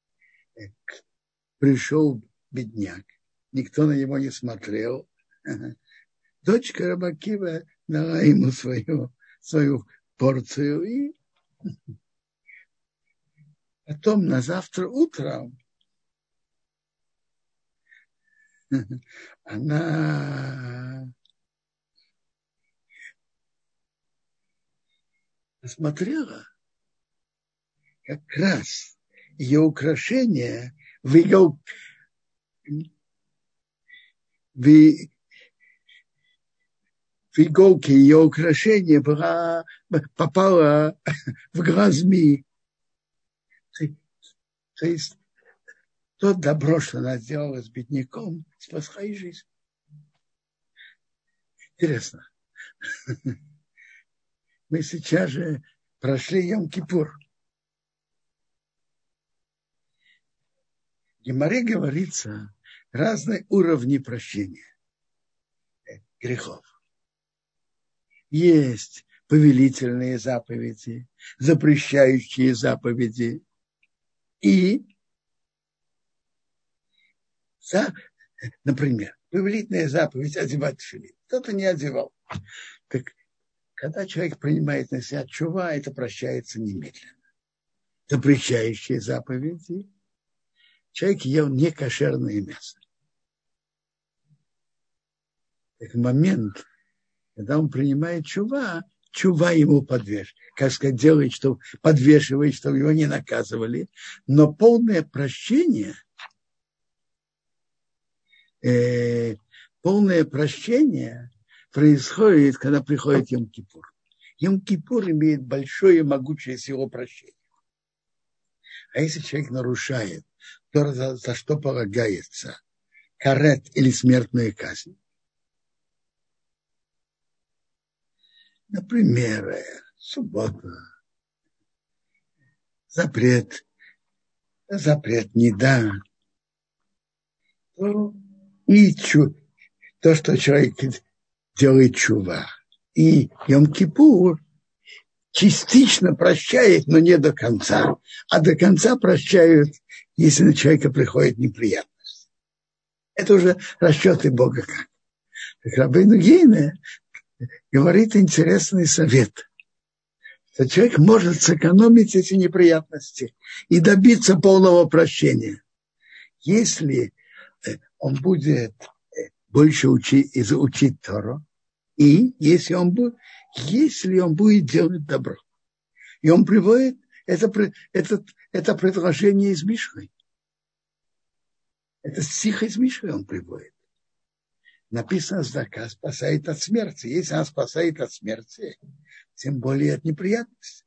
пришел бедняк, никто на него не смотрел. Дочка Ребби Акива дала ему свою, свою порцию, и потом на завтра утром она посмотрела, как раз ее украшение в ее, в, в иголке ее украшения была, попала в глаз змеи. То есть то добро, что она сделала с бедняком, спасла ей жизнь. Интересно. Мы сейчас же прошли Йом-Кипур. В Гемаре говорится разные уровни прощения грехов. Есть повелительные заповеди, запрещающие заповеди. И, например, повелительная заповедь одевать тфилин. Кто-то не одевал. Так, когда человек принимает на себя тшува, это прощается немедленно. запрещающие заповеди, человек ел некошерное мясо. В момент, когда он принимает чува, чува ему подвешивает. Как сказать, делает, что подвешивает, чтобы его не наказывали. Но полное прощение, э, полное прощение происходит, когда приходит Йом-Кипур. Йом-Кипур имеет большое могучее силу прощения. А если человек нарушает то, за, за что полагается карет или смертная казнь, например, суббота, запрет, запрет не да, то и чу, то, что человек делает чува, и Йом-Кипур частично прощает, но не до конца, а до конца прощают, если на человека приходит неприятность. Это уже расчеты Бога как. Рабейну Гейне говорит интересный совет, что человек может сэкономить эти неприятности и добиться полного прощения, если он будет больше учить, учить Тору, и если он, будет, если он будет делать добро. И он приводит это, это, это предложение из Мишны. Это стих из Мишны он приводит. Написано, здака спасает от смерти. Если она спасает от смерти, тем более от неприятностей.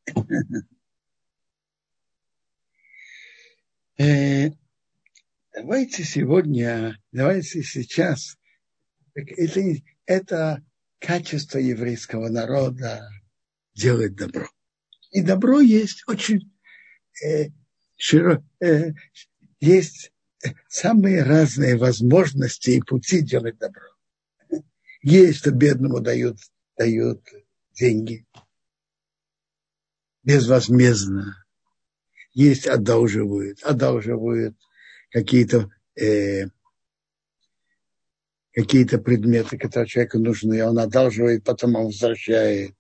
Давайте сегодня, давайте сейчас, это, это качество еврейского народа делать добро. И добро есть очень э, широко, э, есть самые разные возможности и пути делать добро. Есть, что бедному дают, дают деньги безвозмездно. Есть, одалживают, одалживают какие-то, э, какие-то предметы, которые человеку нужны, он одалживает, потом он возвращает.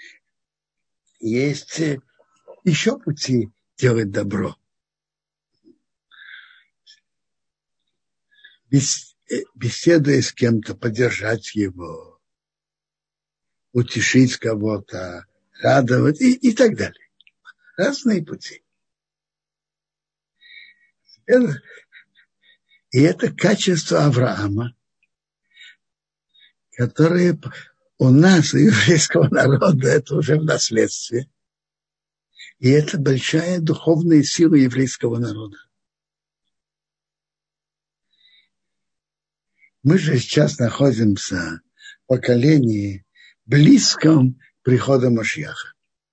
Есть еще пути делать добро. Беседуя с кем-то, поддержать его, утешить кого-то, радовать и, и так далее. Разные пути. И это качество Авраама, которое у нас, у еврейского народа, это уже в наследстве. И это большая духовная сила еврейского народа. Мы же сейчас находимся в поколении близком к приходу Машиаха.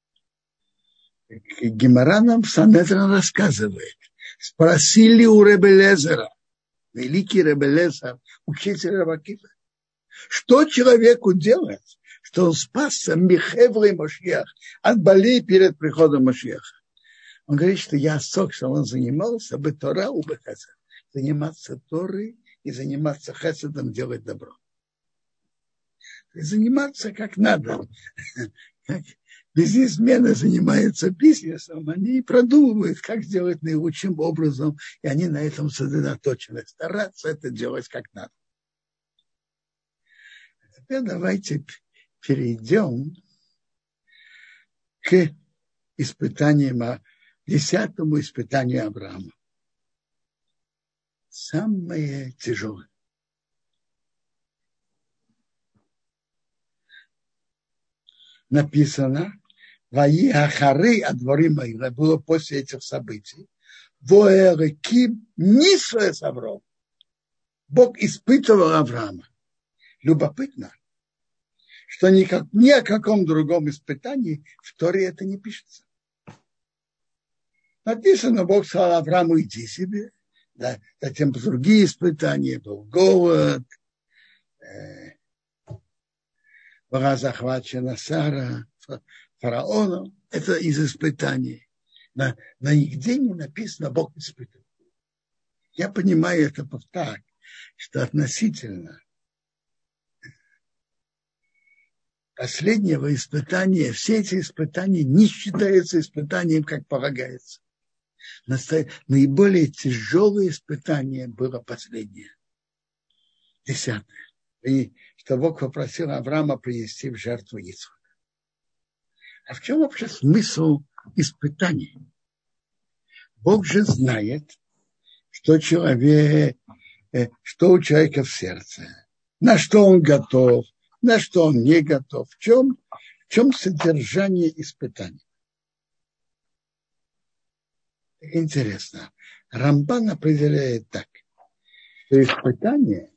Гемара нам Санедрин рассказывает. Спросили у Ребе Лезера, великий Ребе Лезер, учитель Рав Акива, что человеку делать, что он спасся михеврей Машиах, от болей перед приходом Машиаха. Он говорит, что я сок, что он занимался бы Тора у Бехесед, заниматься Торой и заниматься хеседом, делать добро. И заниматься как надо. Как бизнесмены занимаются бизнесом, они продумывают, как сделать наилучшим образом, и они на этом сосредоточены. Стараться это делать как надо. Теперь давайте перейдем к испытаниям, десятому испытанию Авраама. Самое тяжелое. Написано, «Ваи ахары адворим аила», было после этих событий, «Воэреким нисуэ с Авраамом». Бог испытывал Авраама. Любопытно, что никак, ни о каком другом испытании в Торе это не пишется. Написано, Бог сказал Аврааму, иди себе. Да, затем другие испытания, был голод, э, была захвачена Сара фараоном. Это из испытаний. Но, но нигде не написано, Бог испытывал. Я понимаю это так, что относительно последнего испытания, все эти испытания не считаются испытанием, как полагается. Наиболее тяжелое испытание было последнее, десятое. И что Бог попросил Авраама принести в жертву Ицхака. А в чем вообще смысл испытаний? Бог же знает, что человек, что у человека в сердце, на что он готов, на что он не готов, в чем, в чем содержание испытаний. Интересно. Рамбан определяет так, что испытание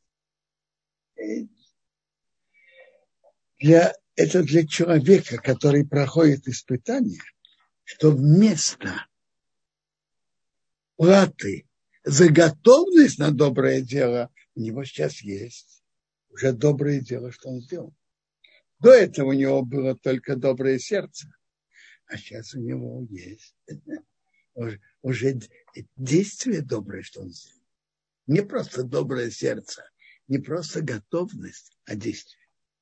для, это для человека, который проходит испытание, что вместо платы за готовность на доброе дело у него сейчас есть уже доброе дело, что он сделал. До этого у него было только доброе сердце, а сейчас у него есть уже действие доброе, что он сделал. Не просто доброе сердце, не просто готовность, а действие.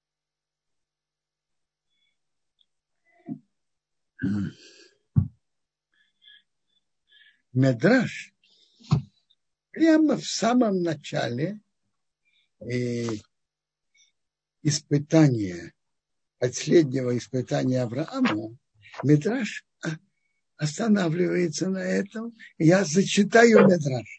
Медраш прямо в самом начале э, испытания, последнего испытания Авраама, Медраш останавливается на этом. Я зачитаю Медраш.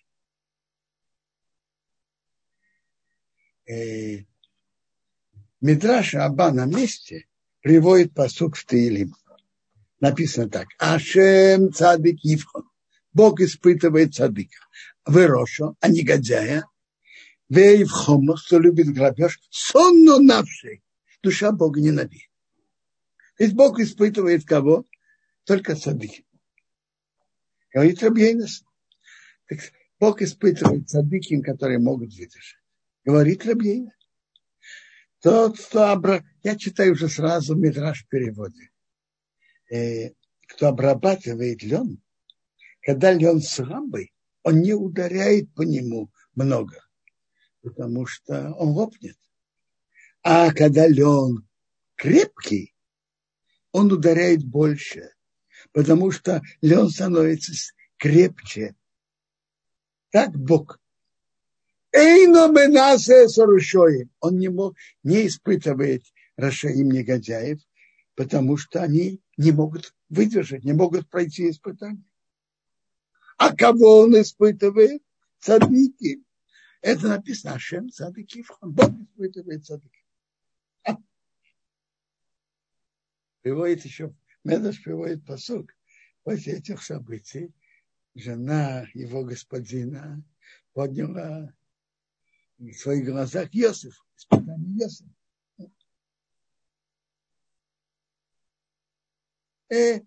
Э, Медраш Аба на месте приводит пасук в Теилим. Написано так. Ашем цадик ивхон. Бог испытывает цадика. Вырошу, а негодяя. Вейвхомо, кто любит грабеж. Сонно навший. Душа Бога ненавидит. То есть Бог испытывает кого? Только цадики. Говорит Рабьейнес. Бог испытывает цадиким, которые могут выдержать. Говорит Рабьейнес. Тот, кто обра... Я читаю уже сразу Мидраш в переводе. Э, кто обрабатывает лен, когда лен слабый, он не ударяет по нему много, потому что он лопнет. А когда лен крепкий, он ударяет больше, потому что лен становится крепче. Так Бог. Эйно менасе сорушоим. Он не, мог, не испытывает рашаим негодяев, потому что они не могут выдержать, не могут пройти испытание. А кого он испытывает? Цадики. Это написано Ашем цадики. Бог испытывает цадики. А. Приводит еще, Медраш приводит пасук. После этих событий жена его господина подняла в своих глазах Йосиф, испытание Йосифа. Э,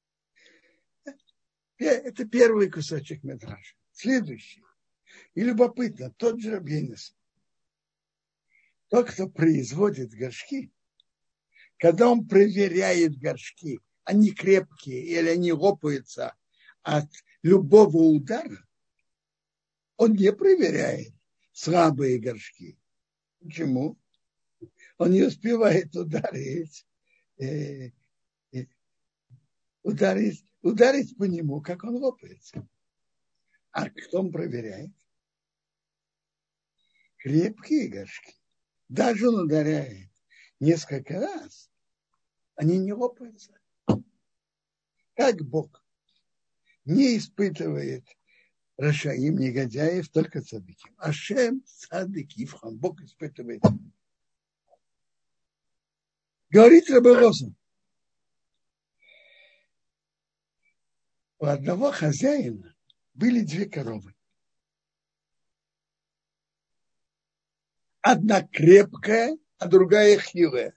это первый кусочек Медраша. Следующий. И любопытно, тот же Рабьейнес. Тот, кто производит горшки, когда он проверяет горшки, они крепкие или они лопаются от любого удара, он не проверяет слабые горшки. Почему? Он не успевает ударить, э, э, ударить, ударить по нему, как он лопается. А кто он проверяет? Крепкие горшки. Даже он ударяет несколько раз, они не лопаются. Как Бог не испытывает рашаим, негодяев, только цадиким. Ашем цадикивхан. Бог испытывает. Говорит Рабби Лозон. У одного хозяина были две коровы. Одна крепкая, а другая хилая.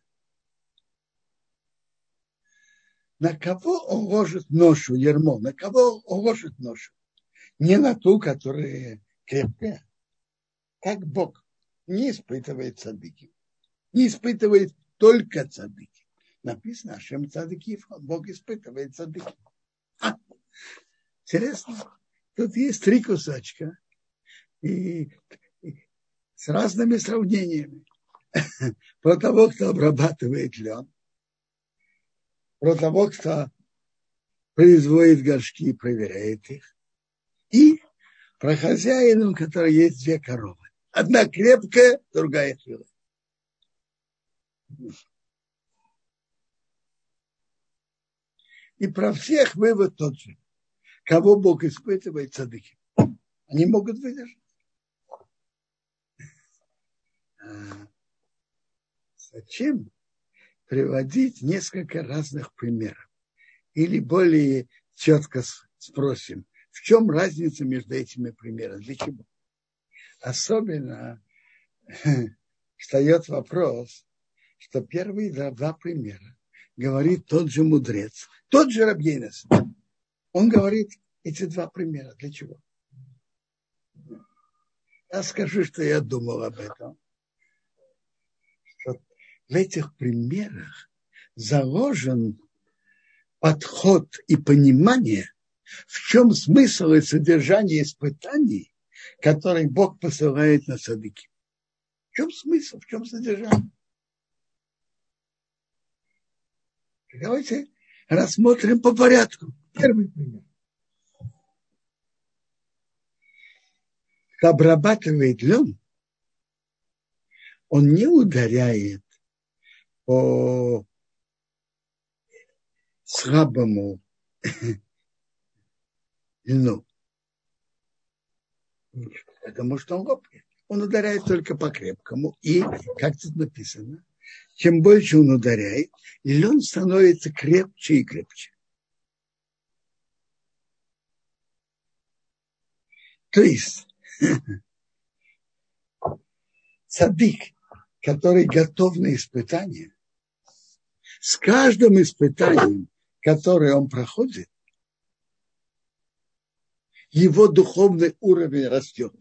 На кого он ложит ношу, ярмо? На кого он ложит ношу? Не на ту, которая крепкая. Как Бог не испытывает цадыки. Не испытывает только цадыки. Написано, Ашем цадыкив, Бог испытывает цадыки. А, интересно. Тут есть три кусочка. И, и с разными сравнениями. Про того, кто обрабатывает лен. Про того, кто производит горшки и проверяет их. И про хозяина, у которого есть две коровы. Одна крепкая, другая хилая. И про всех вывод тот же. Кого Бог испытывает, цадыки. Они могут выдержать. А зачем приводить несколько разных примеров? Или более четко спросим, в чем разница между этими примерами? Для чего? Особенно встает вопрос, что первые два примера говорит тот же мудрец, тот же Рабьейнес. Он говорит эти два примера. Для чего? Я скажу, что я думал об этом. Что в этих примерах заложен подход и понимание, в чем смысл и содержание испытаний, которые Бог посылает на цадыки. В чем смысл, в чем содержание? Давайте рассмотрим по порядку. Первый пример. Кто обрабатывает лен, он не ударяет по слабому льну. Потому что он лопнет. Он ударяет только по крепкому. И, как тут написано, чем больше он ударяет, лен становится крепче и крепче. То есть цадык, который готов на испытание, с каждым испытанием, которое он проходит, его духовный уровень растет.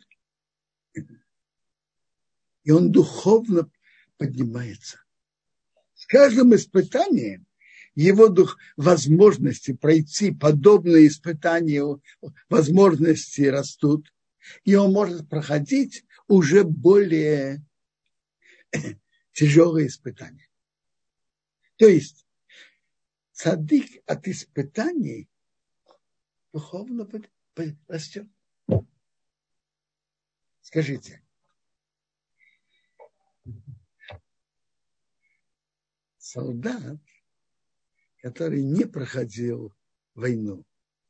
И он духовно поднимается. С каждым испытанием его дух, возможности пройти подобные испытания, возможности растут, и он может проходить уже более тяжелые испытания. То есть цадык от испытаний духовно растет. Скажите, солдат, который не проходил войну,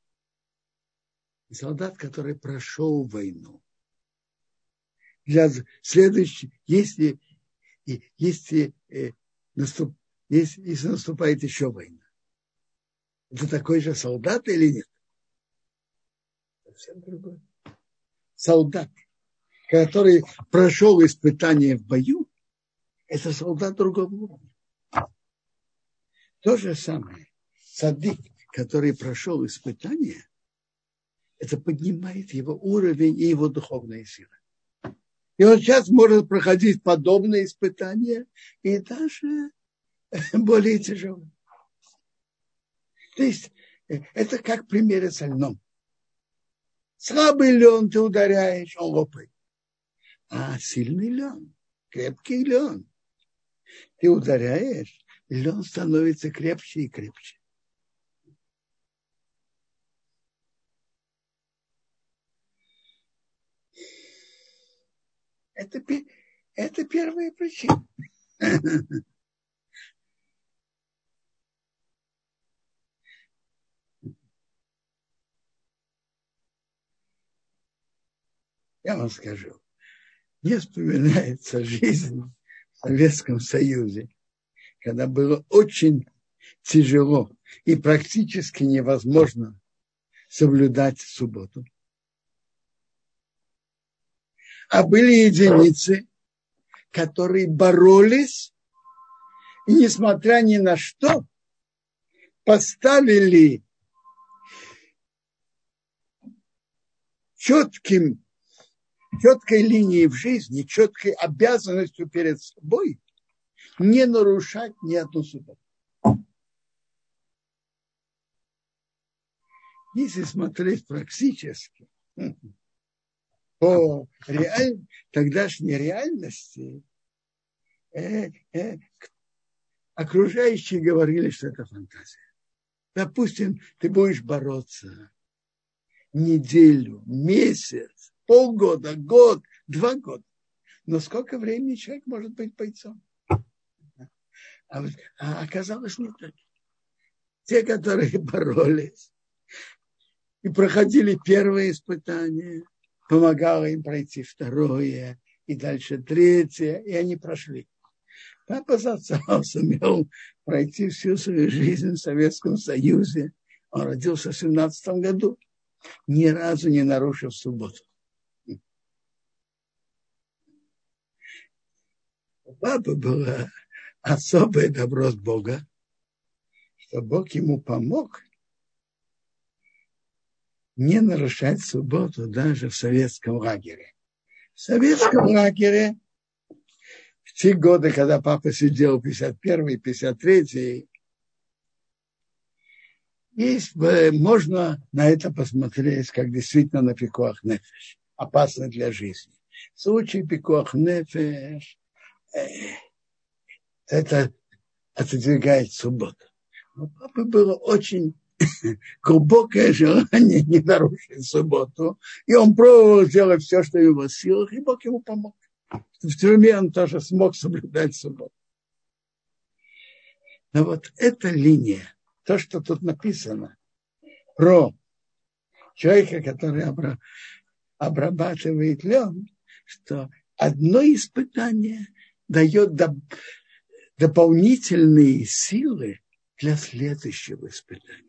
и солдат, который прошел войну, для следующей, если, если, наступ, если, если наступает еще война, это такой же солдат или нет? Совсем другой. Солдат, который прошел испытание в бою, это солдат другого уровня. То же самое. Цадык, который прошел испытание, это поднимает его уровень и его духовные силы. И он сейчас может проходить подобные испытания и даже более тяжелые. То есть это как пример со льном. Слабый лен ты ударяешь, он лопает. А сильный лен, крепкий лен, ты ударяешь, лен становится крепче и крепче. Это, это первая причина. Я вам скажу, мне вспоминается жизнь в Советском Союзе, когда было очень тяжело и практически невозможно соблюдать субботу. А были единицы, которые боролись и, несмотря ни на что, поставили четким, четкой линией в жизни, четкой обязанностью перед собой не нарушать ни одну субботу. Если смотреть практически по реаль... тогдашней реальности, э, э, окружающие говорили, что это фантазия. Допустим, ты будешь бороться неделю, месяц, полгода, год, два года. Но сколько времени человек может быть бойцом? А, вот, а оказалось не так. Те, которые боролись и проходили первое испытание, помогало им пройти второе, и дальше третье, и они прошли. Папа Зацал сумел пройти всю свою жизнь в Советском Союзе. Он родился в семнадцатом году, ни разу не нарушив субботу. У папы было особое добро с Бога, что Бог ему помог не нарушать субботу даже в советском лагере. В советском лагере в те годы, когда папа сидел пятьдесят первый, пятьдесят третий, есть, можно на это посмотреть, как действительно на пикуах нефеш, опасно для жизни. В случае пикуах нефеш э, это отодвигает субботу. У папы было очень глубокое желание не нарушить субботу, и он пробовал сделать все, что в его силах, и Бог ему помог. В тюрьме он тоже смог соблюдать субботу. Но вот эта линия, то, что тут написано про человека, который обрабатывает лен, что одно испытание дает дополнительные силы для следующего испытания.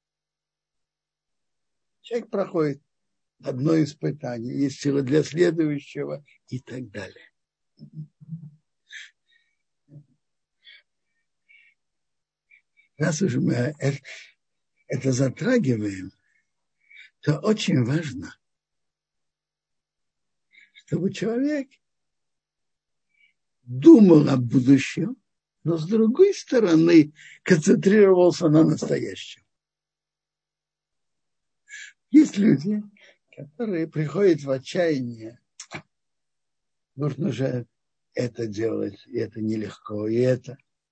Человек проходит одно испытание, есть сила для следующего и так далее. Раз уже мы это, это затрагиваем, то очень важно, чтобы человек думал о будущем, но с другой стороны концентрировался на настоящем. Есть люди, которые приходят в отчаяние. Нужно же это делать, и это нелегко, и это.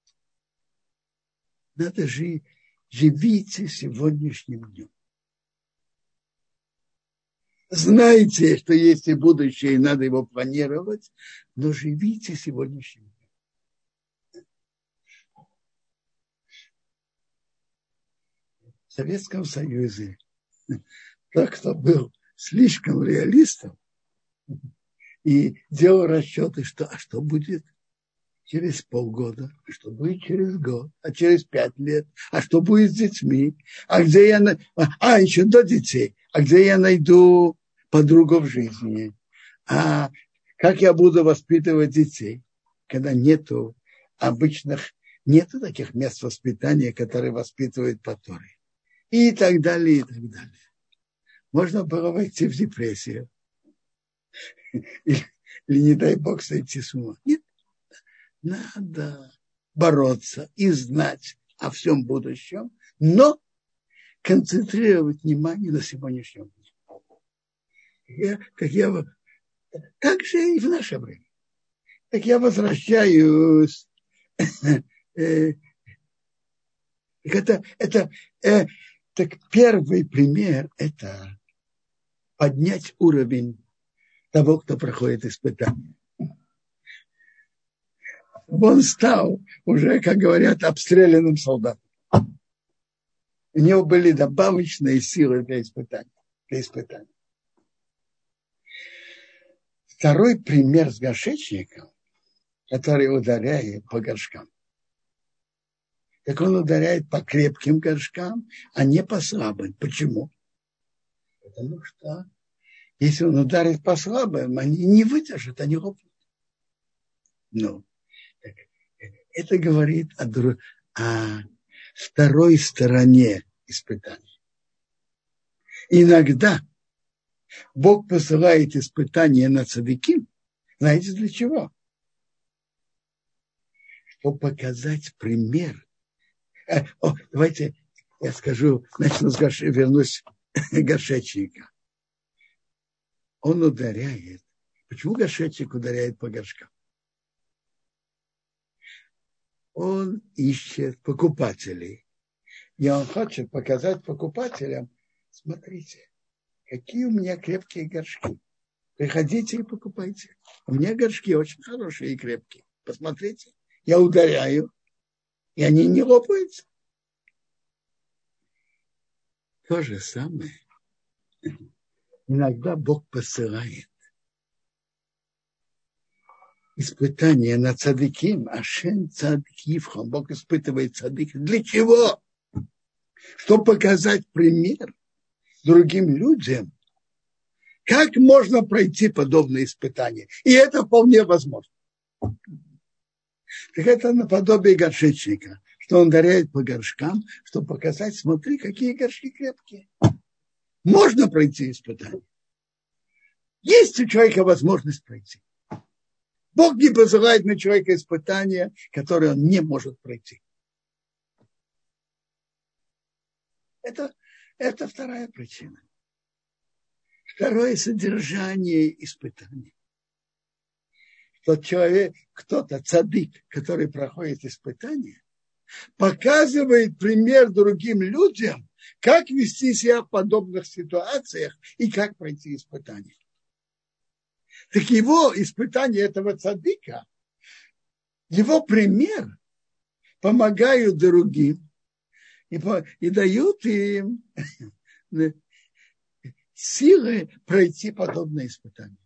Надо жить, живите сегодняшним днем. Знайте, что есть и будущее, и надо его планировать, но живите сегодняшним днем. В Советском Союзе тот, кто был слишком реалистом и делал расчеты, что а что будет через полгода, а что будет через год, а через пять лет, а что будет с детьми, а где я, а еще до детей, а где я найду подругу в жизни, а как я буду воспитывать детей, когда нету обычных, нету таких мест воспитания, которые воспитывают по Торе, и так далее, и так далее. Можно было войти в депрессию или, или не дай Бог, сойти с ума. Нет. Надо бороться и знать о всем будущем, но концентрировать внимание на сегодняшнем дне. Я, как, я, так же и в наше время. Так я возвращаюсь. это, это, так первый пример – это поднять уровень того, кто проходит испытания. Он стал уже, как говорят, обстрелянным солдатом. У него были добавочные силы для испытаний. Для испытаний. Второй пример с горшечником, который ударяет по горшкам. Так он ударяет по крепким горшкам, а не по слабым. Почему? Потому что если он ударит по слабым, они не выдержат, они лопнут. Ну, это говорит о, о второй стороне испытаний. Иногда Бог посылает испытания на цадиким. Знаете для чего? Чтобы показать пример. Э, о, давайте я скажу, начну с горш... вернусь к горшечника. Он ударяет. Почему горшечник ударяет по горшкам? Он ищет покупателей, И он хочет показать покупателям, смотрите, какие у меня крепкие горшки. Приходите и покупайте. У меня горшки очень хорошие и крепкие. Посмотрите, я ударяю, и они не лопаются. То же самое. Иногда Бог посылает испытания на цадыким, ашен цадкивхом. Бог испытывает цадык. Для чего? Чтобы показать пример другим людям, как можно пройти подобные испытания. И это вполне возможно. Так это наподобие горшечника, что он ударяет по горшкам, чтобы показать, смотри, какие горшки крепкие. Можно пройти испытание. Есть у человека возможность пройти. Бог не посылает на человека испытания, которые он не может пройти. Это, это вторая причина. Второе содержание испытаний. Тот человек, кто-то, цадык, который проходит испытание, показывает пример другим людям, как вести себя в подобных ситуациях и как пройти испытание. Так его испытание этого цадыка, его пример помогают другим и, по, и дают им силы пройти подобное испытание.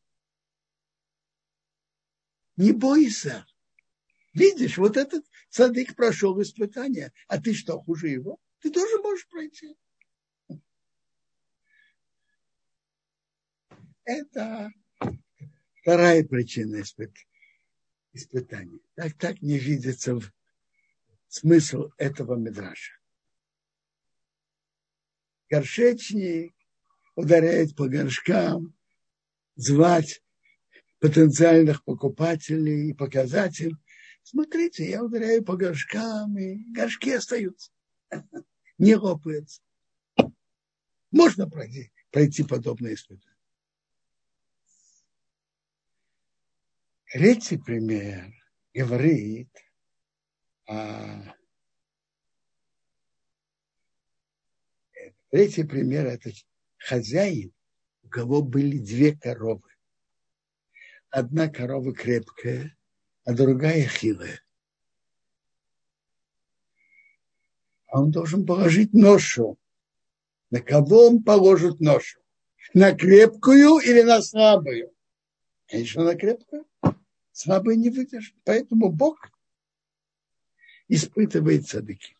Не бойся. Видишь, вот этот цадык прошел испытание, а ты что, хуже его? Ты тоже можешь пройти. Это вторая причина испытания. Так, так не видится в смысл этого мидраша. Горшечник ударяет по горшкам, звать потенциальных покупателей и показать им, смотрите, я ударяю по горшкам, и горшки остаются, не лопаются. Можно пройти, пройти подобное испытание. Третий пример говорит о... Третий пример – это хозяин, у кого были две коровы. Одна корова крепкая, а другая хилая. А он должен положить ношу. На кого он положит ношу? На крепкую или на слабую? Конечно, на крепкую. Слабая не выдержит. Поэтому Бог испытывает цадыки.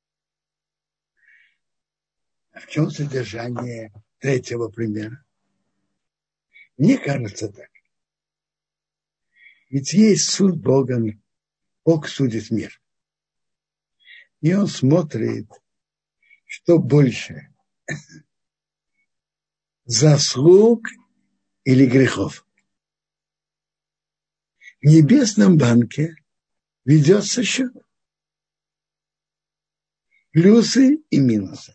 А в чем содержание третьего примера? Мне кажется так. Ведь есть суд Бога. Бог судит мир. И он смотрит, что больше. Заслуг или грехов. В небесном банке ведется счет. Плюсы и минусы.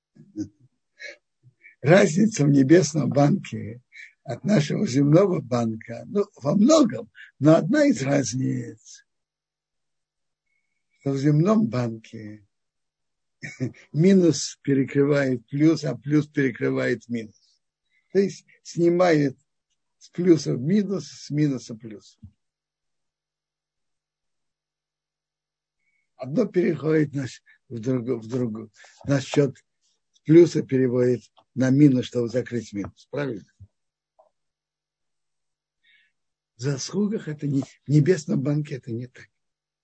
Разница в небесном банке от нашего земного банка, ну, во многом, но одна из разниц, что в земном банке минус перекрывает плюс, а плюс перекрывает минус. То есть снимает с плюса в минус, с минуса плюс. Одно переходит в другую, в другую. На счет плюса переводит на минус, чтобы закрыть минус. Правильно? В заслугах это не, в небесном банке это не так.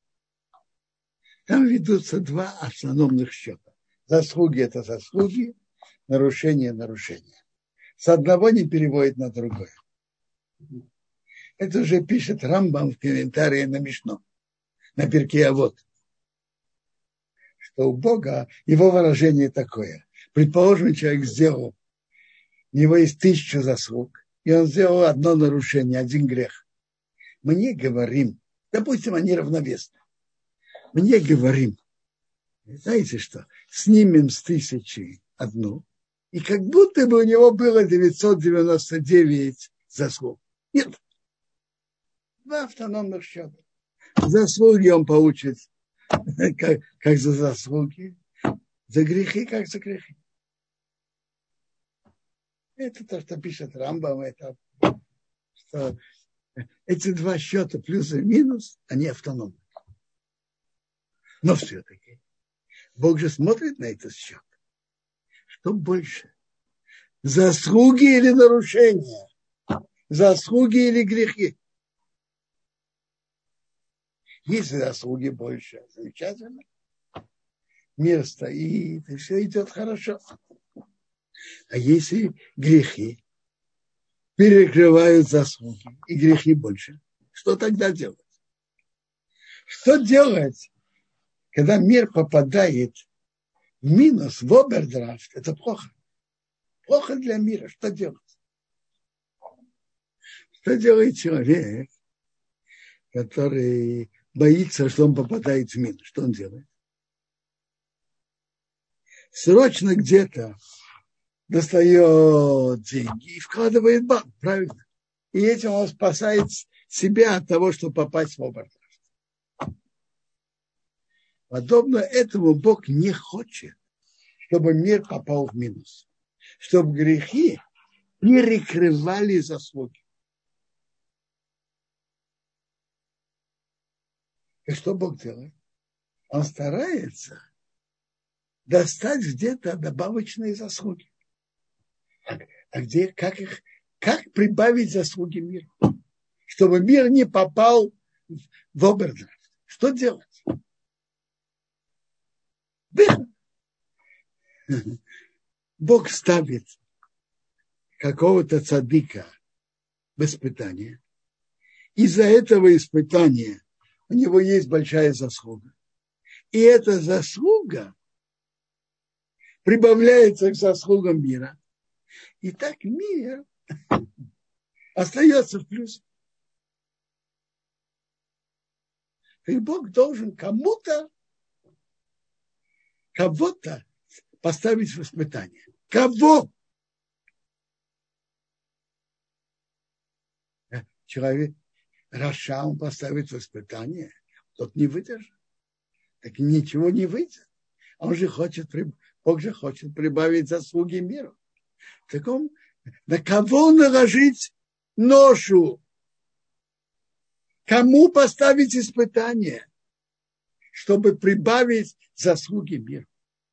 Там ведутся два автономных счета. Заслуги – это заслуги, нарушение – нарушение. С одного не переводит на другое. Это уже пишет Рамбам в комментарии на Мишну, на Перкей Авот, что у Бога его выражение такое. Предположим, человек сделал, у него есть тысяча заслуг, и он сделал одно нарушение, один грех. Мы не говорим, допустим, они равновесны. Мы не говорим, знаете что, снимем с тысячи одну, и как будто бы у него было девятьсот девяносто девять заслуг. Нет. Два автономных счета. Заслуги он получит как, как за заслуги. За грехи, как за грехи. Это то, что пишет Рамбам, это что эти два счета, плюс и минус, они автономны. Но все-таки Бог же смотрит на этот счет. Что больше? Заслуги или нарушения? Заслуги или грехи? Если заслуги больше, замечательно. Мир стоит, и все идет хорошо. А если грехи перекрывают заслуги, и грехи больше, что тогда делать? Что делать, когда мир попадает в минус, в овердрафт? Это плохо. Плохо для мира. Что делать? Что делает человек, который боится, что он попадает в минус? Что он делает? Срочно где-то достает деньги и вкладывает в банк, правильно? И этим он спасает себя от того, чтобы попасть в овердрафт. Подобно этому Бог не хочет, чтобы мир попал в минус, чтобы грехи перекрывали заслуги. И что Бог делает? Он старается достать где-то добавочные заслуги. А, а где, как их, как прибавить заслуги миру? Чтобы мир не попал в овердрафт. Что делать? Бог ставит какого-то цадыка в испытание. Из-за этого испытания у него есть большая заслуга. И эта заслуга прибавляется к заслугам мира. И так мир остается в плюсе. И Бог должен кому-то, кого-то поставить в испытание. Кого? Человек, Раша, он поставит в испытание, тот не выдержит. Так ничего не выйдет. Он же хочет, Бог же хочет прибавить заслуги миру. Так он, на кого наложить ношу? Кому поставить испытание, чтобы прибавить заслуги миру?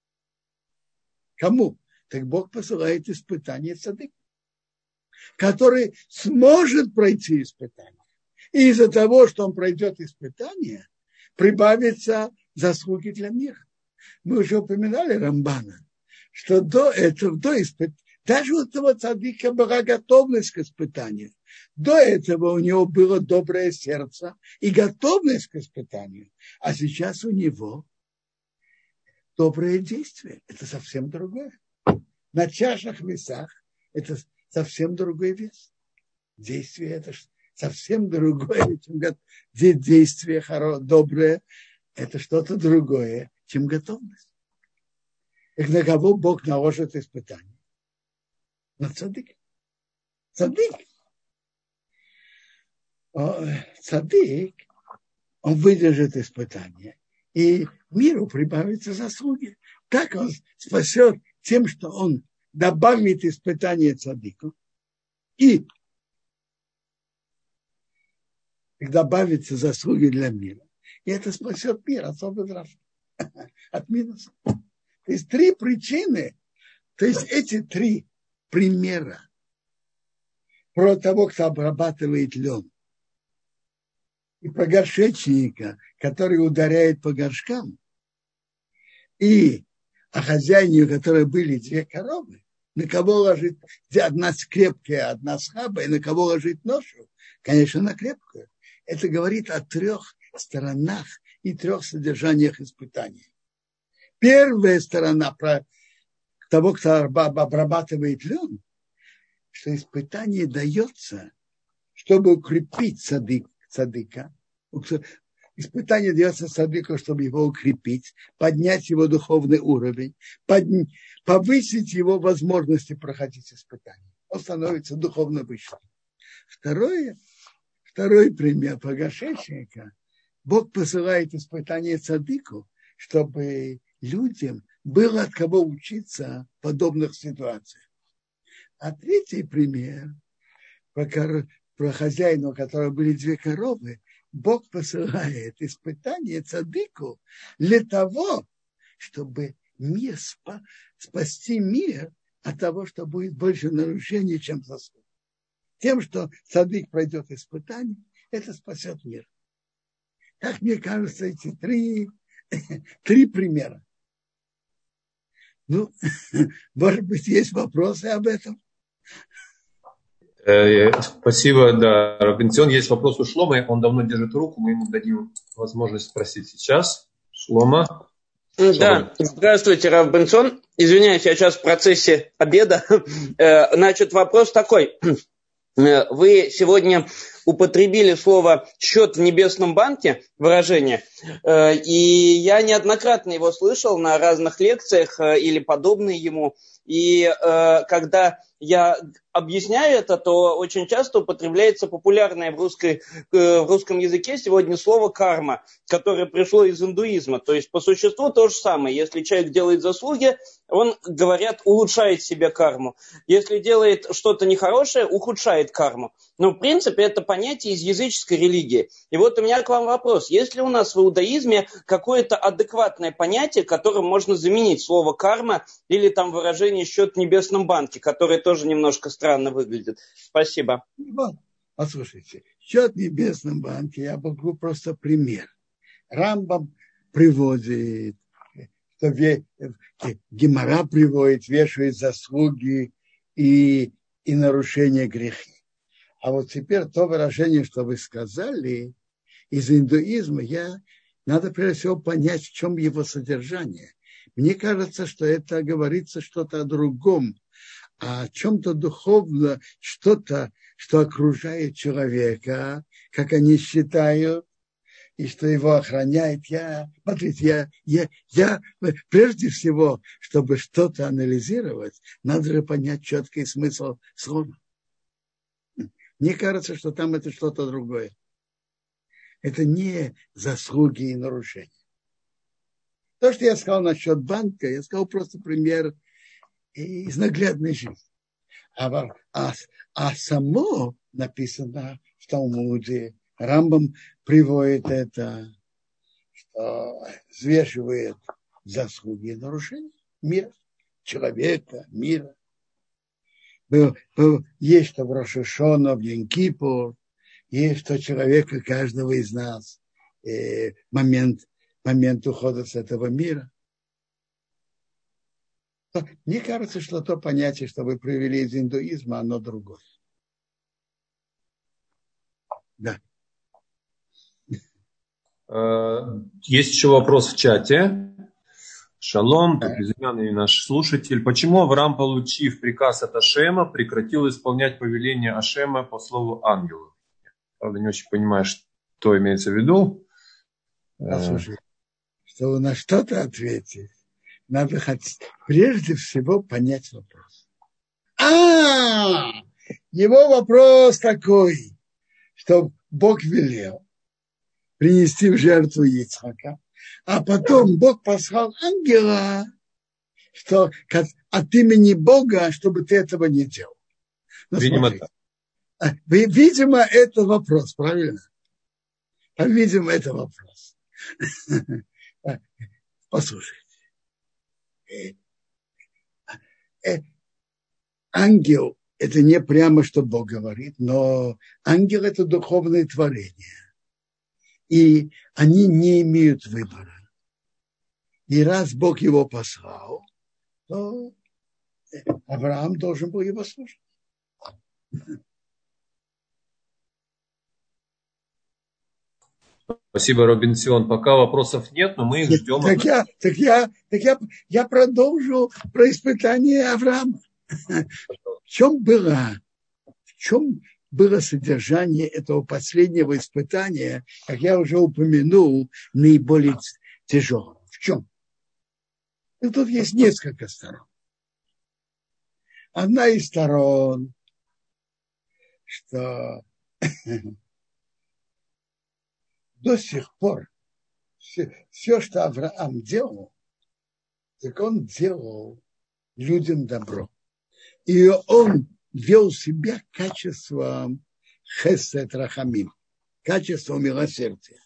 Кому? Так Бог посылает испытание цадыку, который сможет пройти испытание. И из-за того, что он пройдет испытание, прибавится заслуги для мира. Мы уже упоминали Рамбана, что до этого, до испытания, даже у этого цадыка была готовность к испытанию. До этого у него было доброе сердце и готовность к испытанию. А сейчас у него доброе действие. Это совсем другое. На чашах весах это совсем другой вес. Действие это совсем другое, чем действие доброе. Это что-то другое, чем готовность. И на кого Бог наложит испытание? На цадык. Цадык. Цадык, он выдержит испытание. И миру прибавятся заслуги. Так он спасет тем, что он добавит испытание цадыку. И добавятся заслуги для мира. И это спасет мир от овердрафта, от минуса. То есть три причины, то есть эти три примера про того, кто обрабатывает лен, и про горшечника, который ударяет по горшкам, и о хозяине, у которой были две коровы, на кого ложить, где одна крепкая, одна слабая, и на кого ложить ношу, конечно, на крепкую. Это говорит о трех сторонах и трех содержаниях испытаний. Первая сторона про того, кто обрабатывает лен, что испытание дается, чтобы укрепить цадык, цадыка. Испытание дается цадыку, чтобы его укрепить, поднять его духовный уровень, поднять, повысить его возможности проходить испытания. Он становится духовно выше. Второе, второй пример про горшечника. Бог посылает испытание цадыку, чтобы людям было от кого учиться в подобных ситуациях. А третий пример про, про хозяина, у которого были две коровы. Бог посылает испытание цадыку для того, чтобы мир спа, спасти мир от того, что будет больше нарушений, чем заслуг. Тем, что цадык пройдет испытание, это спасет мир. Так, мне кажется, эти три, три примера. Ну, может быть, есть вопросы об этом? Спасибо, да, Робинсон. Есть вопрос у Шлома, он давно держит руку, мы ему дадим возможность спросить сейчас. Шлома. Да, здравствуйте, Рав Бенсон. Извиняюсь, я сейчас в процессе обеда. Значит, вопрос такой. Вы сегодня употребили слово «счет в небесном банке», выражение, и я неоднократно его слышал на разных лекциях или подобные ему. И когда я объясняю это, то очень часто употребляется популярное в, русской, в русском языке сегодня слово «карма», которое пришло из индуизма. То есть по существу то же самое. Если человек делает заслуги, он, говорят, улучшает себе карму. Если делает что-то нехорошее, ухудшает карму. Но в принципе это понятие из языческой религии. И вот у меня к вам вопрос. Есть ли у нас в иудаизме какое-то адекватное понятие, которым можно заменить слово «карма» или там выражение «счет в небесном банке», которое тоже немножко странно выглядит? Спасибо. Послушайте, счет в небесном банке, я могу просто пример. Рамбам приводит, что Гемара приводит, вешает заслуги и, и нарушения грехи. А вот теперь то выражение, что вы сказали, из индуизма, я, надо прежде всего понять, в чем его содержание. Мне кажется, что это говорится что-то о другом, о чем-то духовном, что-то, что окружает человека, как они считают, и что его охраняет. Я, смотрите, я, я, я прежде всего, чтобы что-то анализировать, надо же понять четкий смысл слова. Мне кажется, что там это что-то другое. Это не заслуги и нарушения. То, что я сказал насчет банка, я сказал просто пример из наглядной жизни. А, а, а само написано в Талмуде, Рамбам приводит это, что взвешивает заслуги и нарушения мира, человека, мира. Был, был, есть что в Рош ха-Шана, в Йом-Кипур, есть что человека, каждого из нас, э, момент, момент ухода с этого мира. Мне кажется, что то понятие, что вы привели из индуизма, оно другое. Да. Есть еще вопрос в чате. Шалом, тут безымянный наш слушатель. Почему Авраам, получив приказ от Ашема, прекратил исполнять повеление Ашема по слову ангелу? Правда, не очень понимаю, что имеется в виду. Послушай, чтобы на что-то ответить, надо хоть прежде всего понять вопрос. А, его вопрос такой, что Бог велел принести в жертву Ицхака, а потом Бог послал ангела, что от имени Бога, чтобы ты этого не делал. Ну, видимо, так. Видимо, это вопрос, правильно? Видимо, это вопрос. Послушайте. Ангел – это не прямо, что Бог говорит, но ангел – это духовное творение. И они не имеют выбора. И раз Бог его послал, то Авраам должен был его слушать. Спасибо, Робинсон. Пока вопросов нет, но мы их ждем. Так, я, так, я, так я, я продолжу про испытание Авраама. В чем было, в чем было содержание этого последнего испытания, как я уже упомянул, наиболее тяжелого? В чем? И тут есть несколько сторон. Одна из сторон, что до сих пор все, все, что Авраам делал, так он делал людям добро. И он вел себя качеством хесед рахамим, качеством милосердия.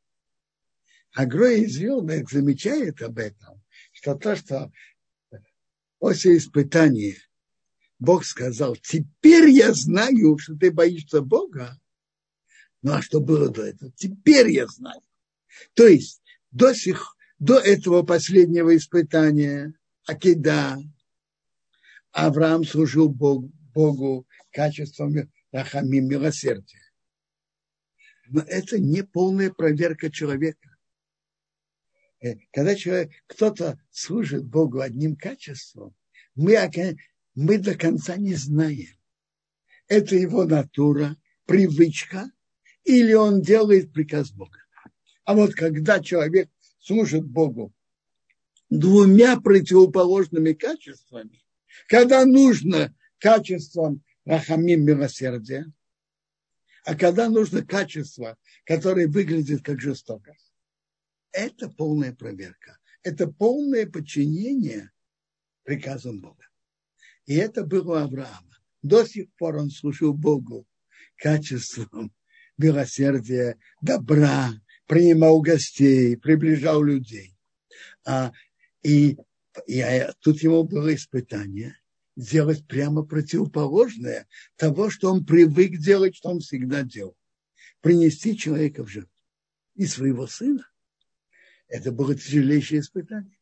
А Грой из Вилны замечает об этом, что то, что после испытания Бог сказал, теперь я знаю, что ты боишься Бога. Ну а что было до этого? Теперь я знаю. То есть до сих, до этого последнего испытания, акида, Авраам служил Богу, Богу качеством рахамим, милосердия. Но это не полная проверка человека. Когда человек, кто-то служит Богу одним качеством, мы, мы до конца не знаем, это его натура, привычка, или он делает приказ Бога. А вот когда человек служит Богу двумя противоположными качествами, когда нужно качеством рахамим, милосердия, а когда нужно качество, которое выглядит как жестокость, это полная проверка. Это полное подчинение приказам Бога. И это было у Авраама. До сих пор он служил Богу качеством милосердия, добра, принимал гостей, приближал людей. А, и, и а, тут ему было испытание делать прямо противоположное того, что он привык делать, что он всегда делал. Принести человека в жертву. И своего сына. Это было тяжелейшее испытание.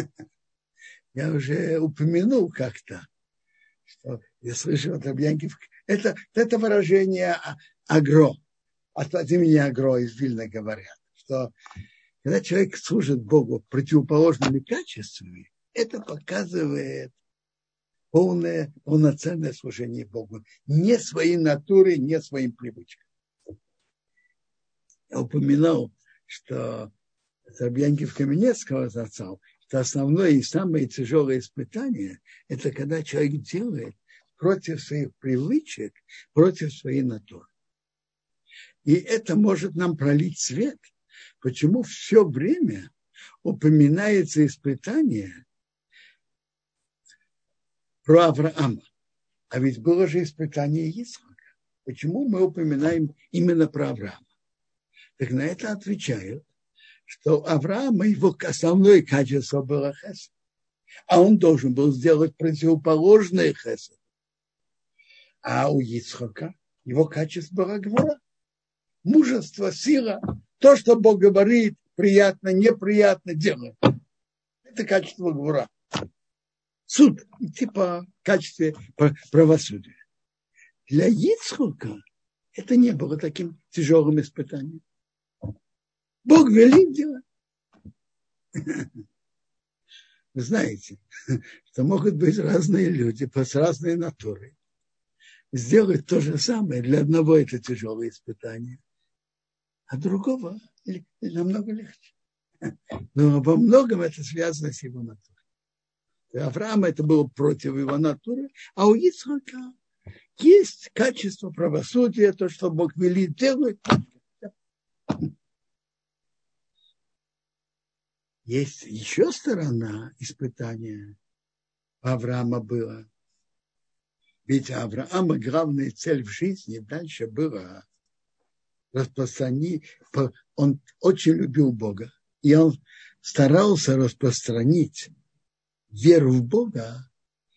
Я уже упомянул как-то, что я слышал от Рабьянкив, это, это выражение агро, от, от имени агро из Вильна говорят, что когда человек служит Богу противоположными качествами, это показывает полное, полноценное служение Богу. Не своей натуре, не своим привычкам. Я упоминал, что Рабьянкив Каменецкого зацал, что основное и самое тяжелое испытание – это когда человек делает против своих привычек, против своей натуры. И это может нам пролить свет, почему все время упоминается испытание про Авраама. А ведь было же испытание Ицхака. Почему мы упоминаем именно про Авраама? Так на это отвечают, что у Авраама его основное качество было хесед. А он должен был сделать противоположное хесед. А у Ицхака его качество было гвура. Мужество, сила. То, что Бог говорит, приятно, неприятно делает. Это качество гвура. Суд, типа качестве правосудия. Для Ицхака это не было таким тяжелым испытанием. Бог велит делать. Вы знаете, что могут быть разные люди с разной натурой. Сделать то же самое, для одного это тяжелое испытание, а другого намного легче. Но во многом это связано с его натурой. У Авраама это было против его натуры, а у Ицхака есть качество правосудия, то, что Бог велит делать. Есть еще сторона испытания у Авраама была. Ведь у Авраама главная цель в жизни дальше была распространить. Он очень любил Бога. И он старался распространить веру в Бога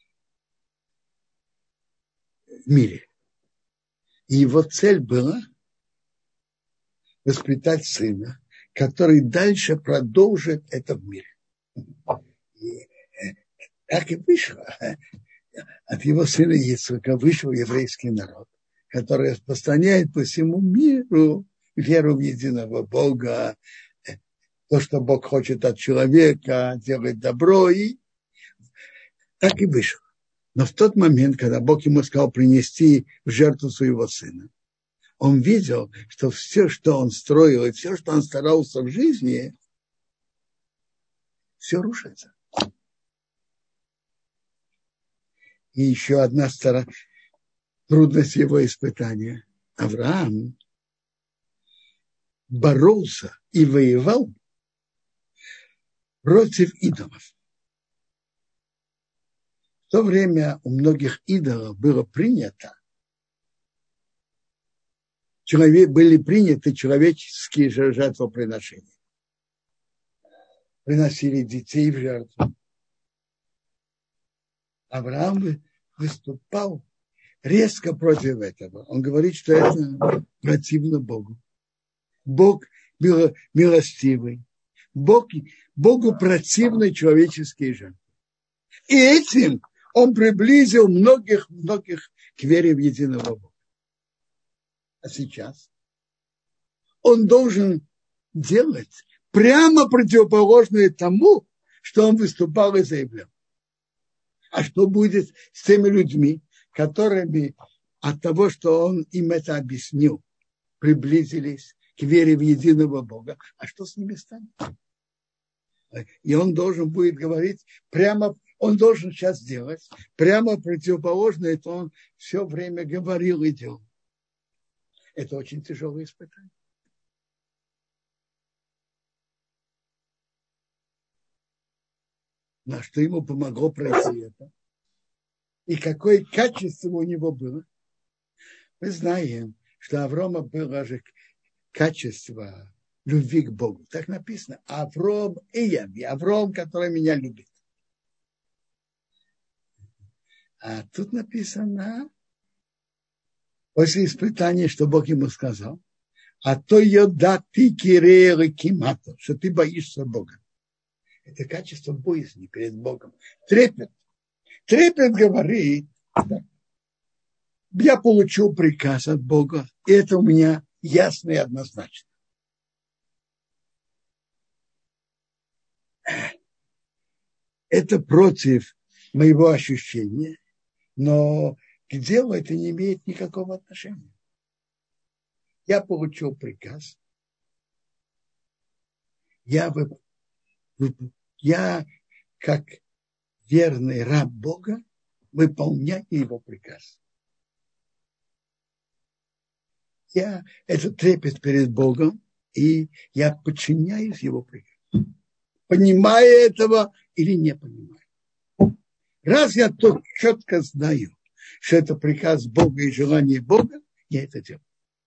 в мире. И его цель была воспитать сына, который дальше продолжит это в мире. И так и вышло. От его сына Ицхака вышел еврейский народ, который распространяет по всему миру веру в единого Бога, то, что Бог хочет от человека, делать добро, и так и вышло. Но в тот момент, когда Бог ему сказал принести в жертву своего сына, он видел, что все, что он строил, и все, что он старался в жизни, все рушится. И еще одна сторона, трудность его испытания. Авраам боролся и воевал против идолов. В то время у многих идолов было принято, человек, были приняты человеческие жертвоприношения. Приносили детей в жертву. Авраам выступал резко против этого. Он говорит, что это противно Богу. Бог милостивый. Бог, Богу противны человеческие жертвы. И этим он приблизил многих-многих к вере в единого Бога. А сейчас он должен делать прямо противоположное тому, что он выступал и заявлял. А что будет с теми людьми, которыми от того, что он им это объяснил, приблизились к вере в единого Бога? А что с ними станет? И он должен будет говорить прямо, он должен сейчас делать прямо противоположное, это он все время говорил и делал. Это очень тяжелое испытание. На что ему помогло пройти это? И какое качество у него было? Мы знаем, что Аврома было же качество любви к Богу. Так написано. Авром и я. Авром, который меня любит. А тут написано, после испытания, что Бог ему сказал, а то йода ты кирея кимато, что ты боишься Бога. Это качество боязни перед Богом. Трепет. Трепет говорит, я получил приказ от Бога, и это у меня ясно и однозначно. Это против моего ощущения, но к делу это не имеет никакого отношения. Я получил приказ, я, вып... я как верный раб Бога выполняю его приказ. Я это трепет перед Богом, и я подчиняюсь его приказу. Понимая этого или не понимая. Раз я то четко знаю, что это приказ Бога и желание Бога, я это делаю.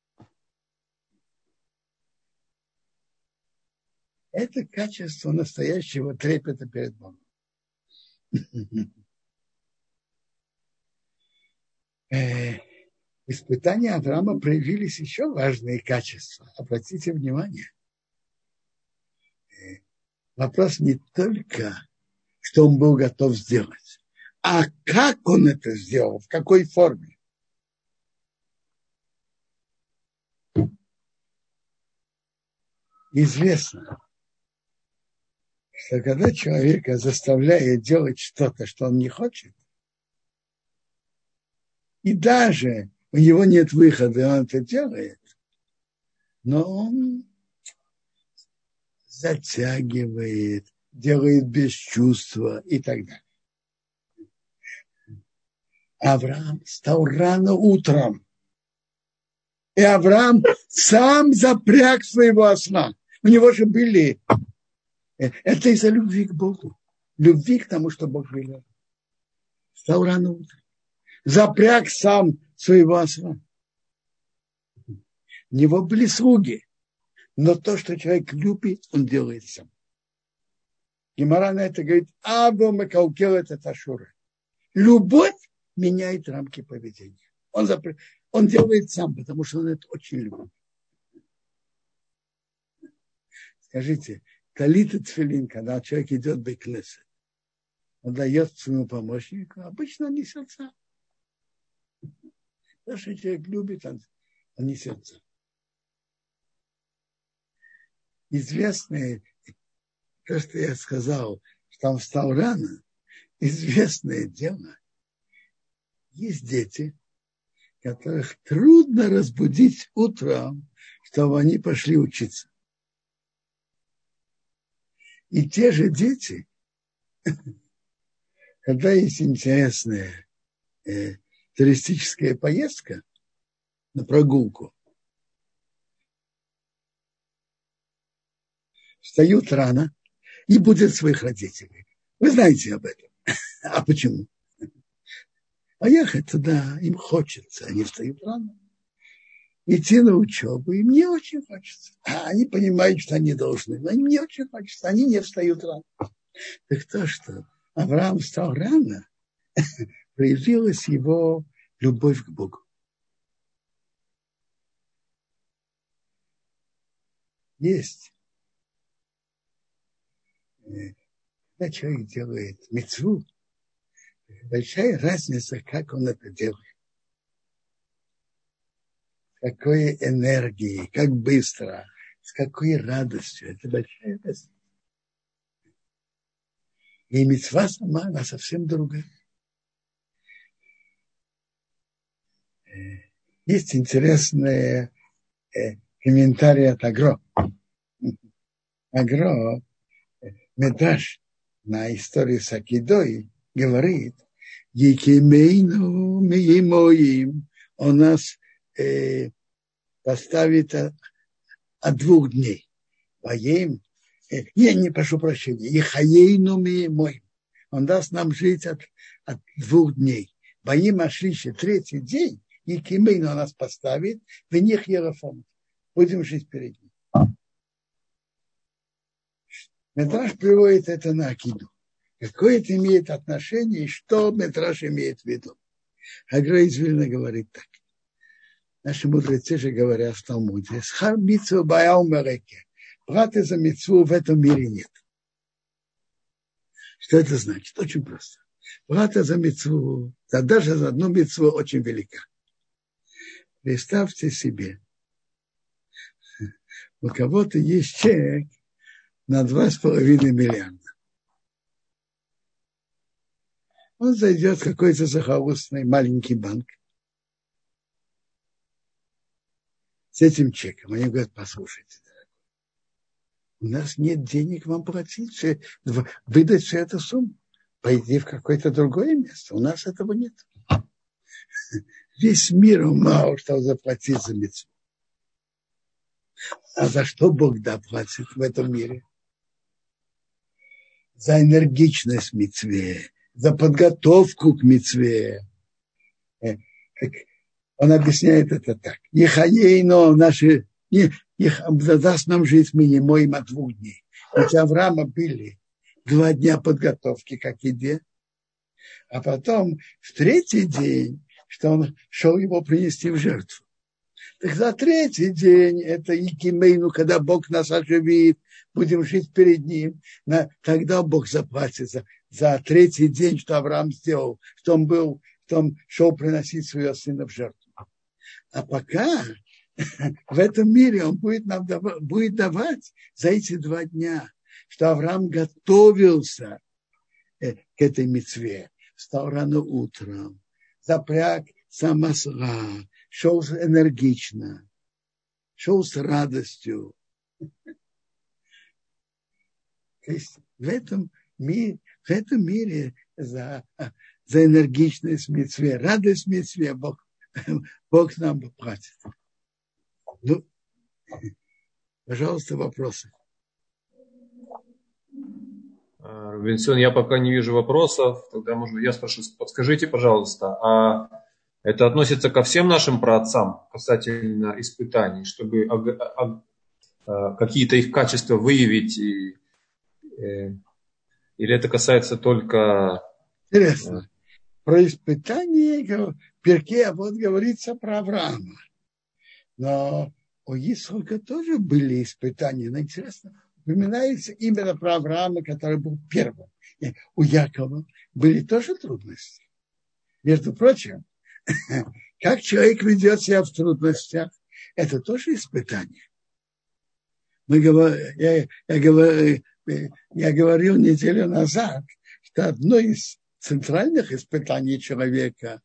Это качество настоящего трепета перед Богом. Испытания Авраама проявились еще важные качества. Обратите внимание. Вопрос не только, что он был готов сделать, а как он это сделал, в какой форме. Известно, что когда человека заставляет делать что-то, что он не хочет, и даже у него нет выхода, он это делает, но он затягивает, делает без чувства и так далее. Авраам встал рано утром, и Авраам сам запряг своего осла. У него же были... Это из-за любви к Богу. Любви к тому, что Бог велел. Встал рано утром. Запряг сам своего осла. У него были слуги. Но то, что человек любит, он делает сам. Гемара на это говорит, або макалкел это ташура. Любовь меняет рамки поведения. Он, запр... он делает сам, потому что он это очень любит. Скажите, талит и тфилин, когда человек идет в бейт-кнесет, он дает своему помощнику, обычно он несет сам. То, что человек любит, он, он несет сам. Известное, то, что я сказал, что он встал рано, известное дело. Есть дети, которых трудно разбудить утром, чтобы они пошли учиться. И те же дети, когда есть интересная э, туристическая поездка на прогулку, встают рано и будет своих родителей. Вы знаете об этом. А почему? Поехать туда им хочется, они встают рано. Идти на учебу им не очень хочется. А они понимают, что они должны, но им не очень хочется, они не встают рано. Так то, что Авраам встал рано, проявилась его любовь к Богу. Есть. Когда человек делает мицву, большая разница, как он это делает. С какой энергией, как быстро, с какой радостью. Это большая разница. И мицва сама, она совсем другая. Есть интересные комментарии от Агро. Агро, Медраш на истории с Акидой говорит, Екимейну миимоим, он нас э, поставит от, от двух дней. Воем, э, я не прошу прощения, Ехаейну миимоим, он даст нам жить от, от двух дней. Воем Ашлище, третий день, Екимейну он нас поставит, в них Ерафон. Будем жить перед ним. Медраш приводит это на Акиду. Какое это имеет отношение и что Медраш имеет в виду? Агро из Вильна говорит так. Наши мудрецы же говорят в Талмуде. Схар митцву баяу мереке. Платы за митцву в этом мире нет. Что это значит? Очень просто. Плата за митцву, за даже за одну митцву очень велика. Представьте себе, у кого-то есть чек на два с половиной миллиарда. Он зайдет в какой-то захолустный маленький банк с этим чеком. Они говорят, послушайте, дорогой, у нас нет денег вам платить, выдать всю эту сумму. Пойди в какое-то другое место. У нас этого нет. Весь мир мало что заплатить за мицву. А за что Бог доплатит в этом мире? За энергичность в мицве, за подготовку к мицве. Он объясняет это так. Ехаейно наши, даст нам жизнь минимум от двух дней. Ведь Авраама были два дня подготовки, как еде, а потом в третий день, что он шел его принести в жертву. Так за третий день, это Икимейну, когда Бог нас оживит, будем жить перед Ним, на, тогда Бог заплатит за, за третий день, что Авраам сделал, что он был, что он шел приносить своего сына в жертву. А пока в этом мире он будет нам давать, будет давать за эти два дня, что Авраам готовился к этой мицве, встал рано утром, запряг сам осла, шел энергично, шел с радостью. То есть в этом мире, в этом мире за, за энергичность в мицве, радость в мицве Бог, Бог нам платит. Ну, пожалуйста, вопросы. Винсен, я пока не вижу вопросов. Тогда, может быть, я спрошу, подскажите, пожалуйста, а это относится ко всем нашим праотцам касательно испытаний, чтобы какие-то их качества выявить? И, или это касается только... Интересно. Про испытания в Перке вот говорится про Авраама. Но у Исаака тоже были испытания. Но интересно, упоминается именно про Авраама, который был первым. И у Якова были тоже трудности. Между прочим, как человек ведет себя в трудностях, это тоже испытание. Мы говор... я, я, говор... я говорил неделю назад, что одно из центральных испытаний человека,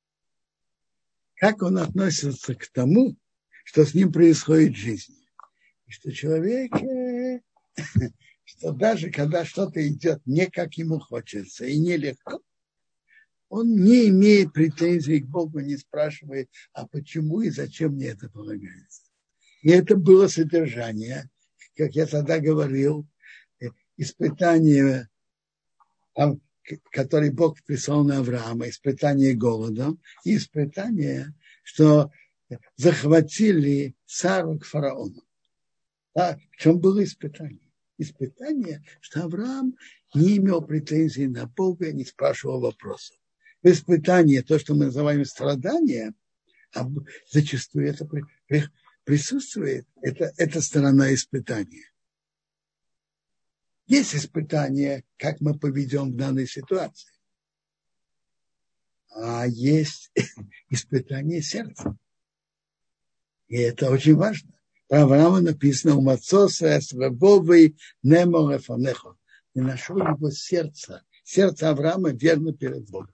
как он относится к тому, что с ним происходит в жизни. И что человек, что даже когда что-то идет не как ему хочется и нелегко, он не имеет претензий к Богу, не спрашивает, а почему и зачем мне это полагается. И это было содержание, как я тогда говорил, испытание, которое Бог прислал на Авраама, испытание голодом, и испытание, что захватили Сару к фараону. А в чем было испытание? Испытание, что Авраам не имел претензий на Бога, не спрашивал вопросов. Испытание, то, что мы называем страдание, а зачастую это при, при, присутствует, это, это сторона испытания. Есть испытание, как мы поведем в данной ситуации. А есть испытание сердца. И это очень важно. Про Авраама написано: «У Мацоса свобовый немо лефанехо». И нашел его сердце. Сердце Авраама верно перед Богом.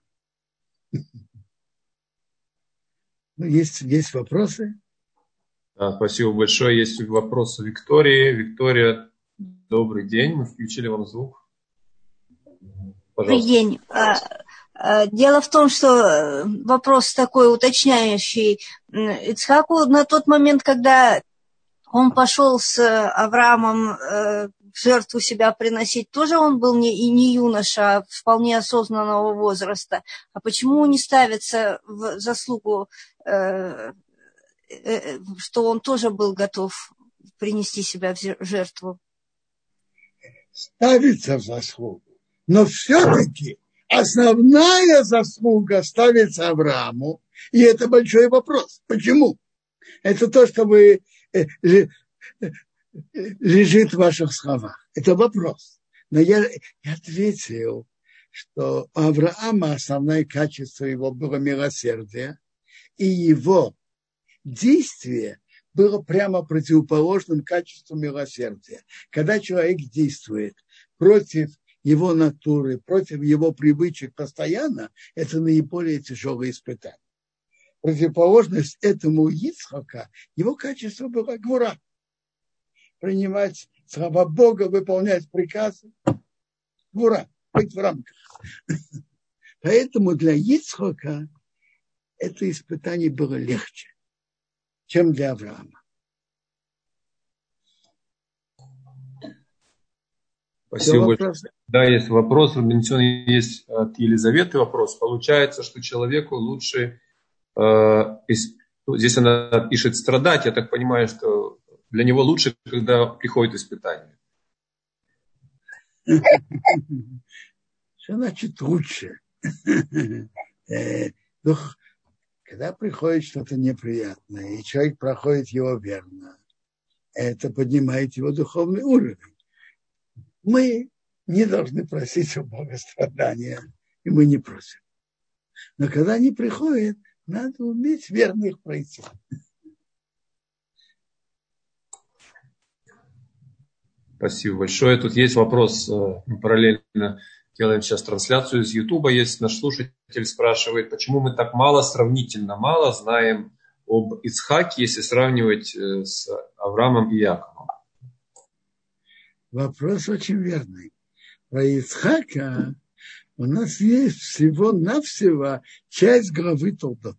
Ну, есть, есть вопросы? Да, спасибо большое. Есть вопросы Виктории. Виктория, добрый день. Мы включили вам звук. Добрый день. Дело в том, что вопрос такой уточняющий. Ицхаку на тот момент, когда он пошел с Авраамом в жертву себя приносить, тоже он был не, и не юноша, а вполне осознанного возраста. А почему не ставится в заслугу, э, э, что он тоже был готов принести себя в жертву? Ставится в заслугу. Но все-таки основная заслуга ставится Аврааму. И это большой вопрос. Почему? Это то, что вы... лежит в ваших словах. Это вопрос. Но я, я ответил, что у Авраама основное качество его было милосердие, и его действие было прямо противоположным качеству милосердия. Когда человек действует против его натуры, против его привычек постоянно, это наиболее тяжелое испытание. Противоположность этому Ицхака, его качество было гвура. Принимать слова Бога, выполнять приказы. Гвура, быть в рамках. Поэтому для Ицхака это испытание было легче, чем для Авраама. Спасибо большое. Да, есть вопрос. Есть от Елизаветы вопрос. Получается, что человеку лучше, э, здесь она пишет страдать, я так понимаю, что для него лучше, когда приходит испытание. Что значит лучше? Когда приходит что-то неприятное, и человек проходит его верно, это поднимает его духовный уровень. Мы не должны просить у Бога страдания, и мы не просим. Но когда они приходят, надо уметь верно их пройти. Спасибо большое. Тут есть вопрос, мы параллельно делаем сейчас трансляцию из Ютуба. Есть наш слушатель, спрашивает, почему мы так мало, сравнительно мало знаем об Ицхаке, если сравнивать с Авраамом и Яковом. Вопрос очень верный. Про Ицхака у нас есть всего-навсего часть главы Толдот.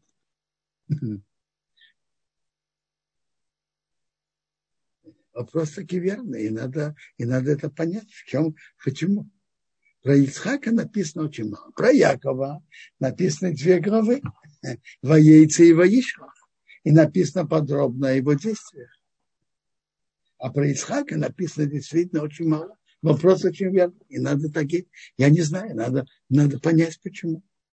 Вопрос таки верный, и надо, и надо это понять, в чем, почему. Про Ицхака написано очень мало. Про Якова написано две главы. Ваейце и Ваишлах. И написано подробно о его действиях. А про Ицхака написано действительно очень мало. Вопрос очень верный. И надо таки, я не знаю, надо, надо понять, почему.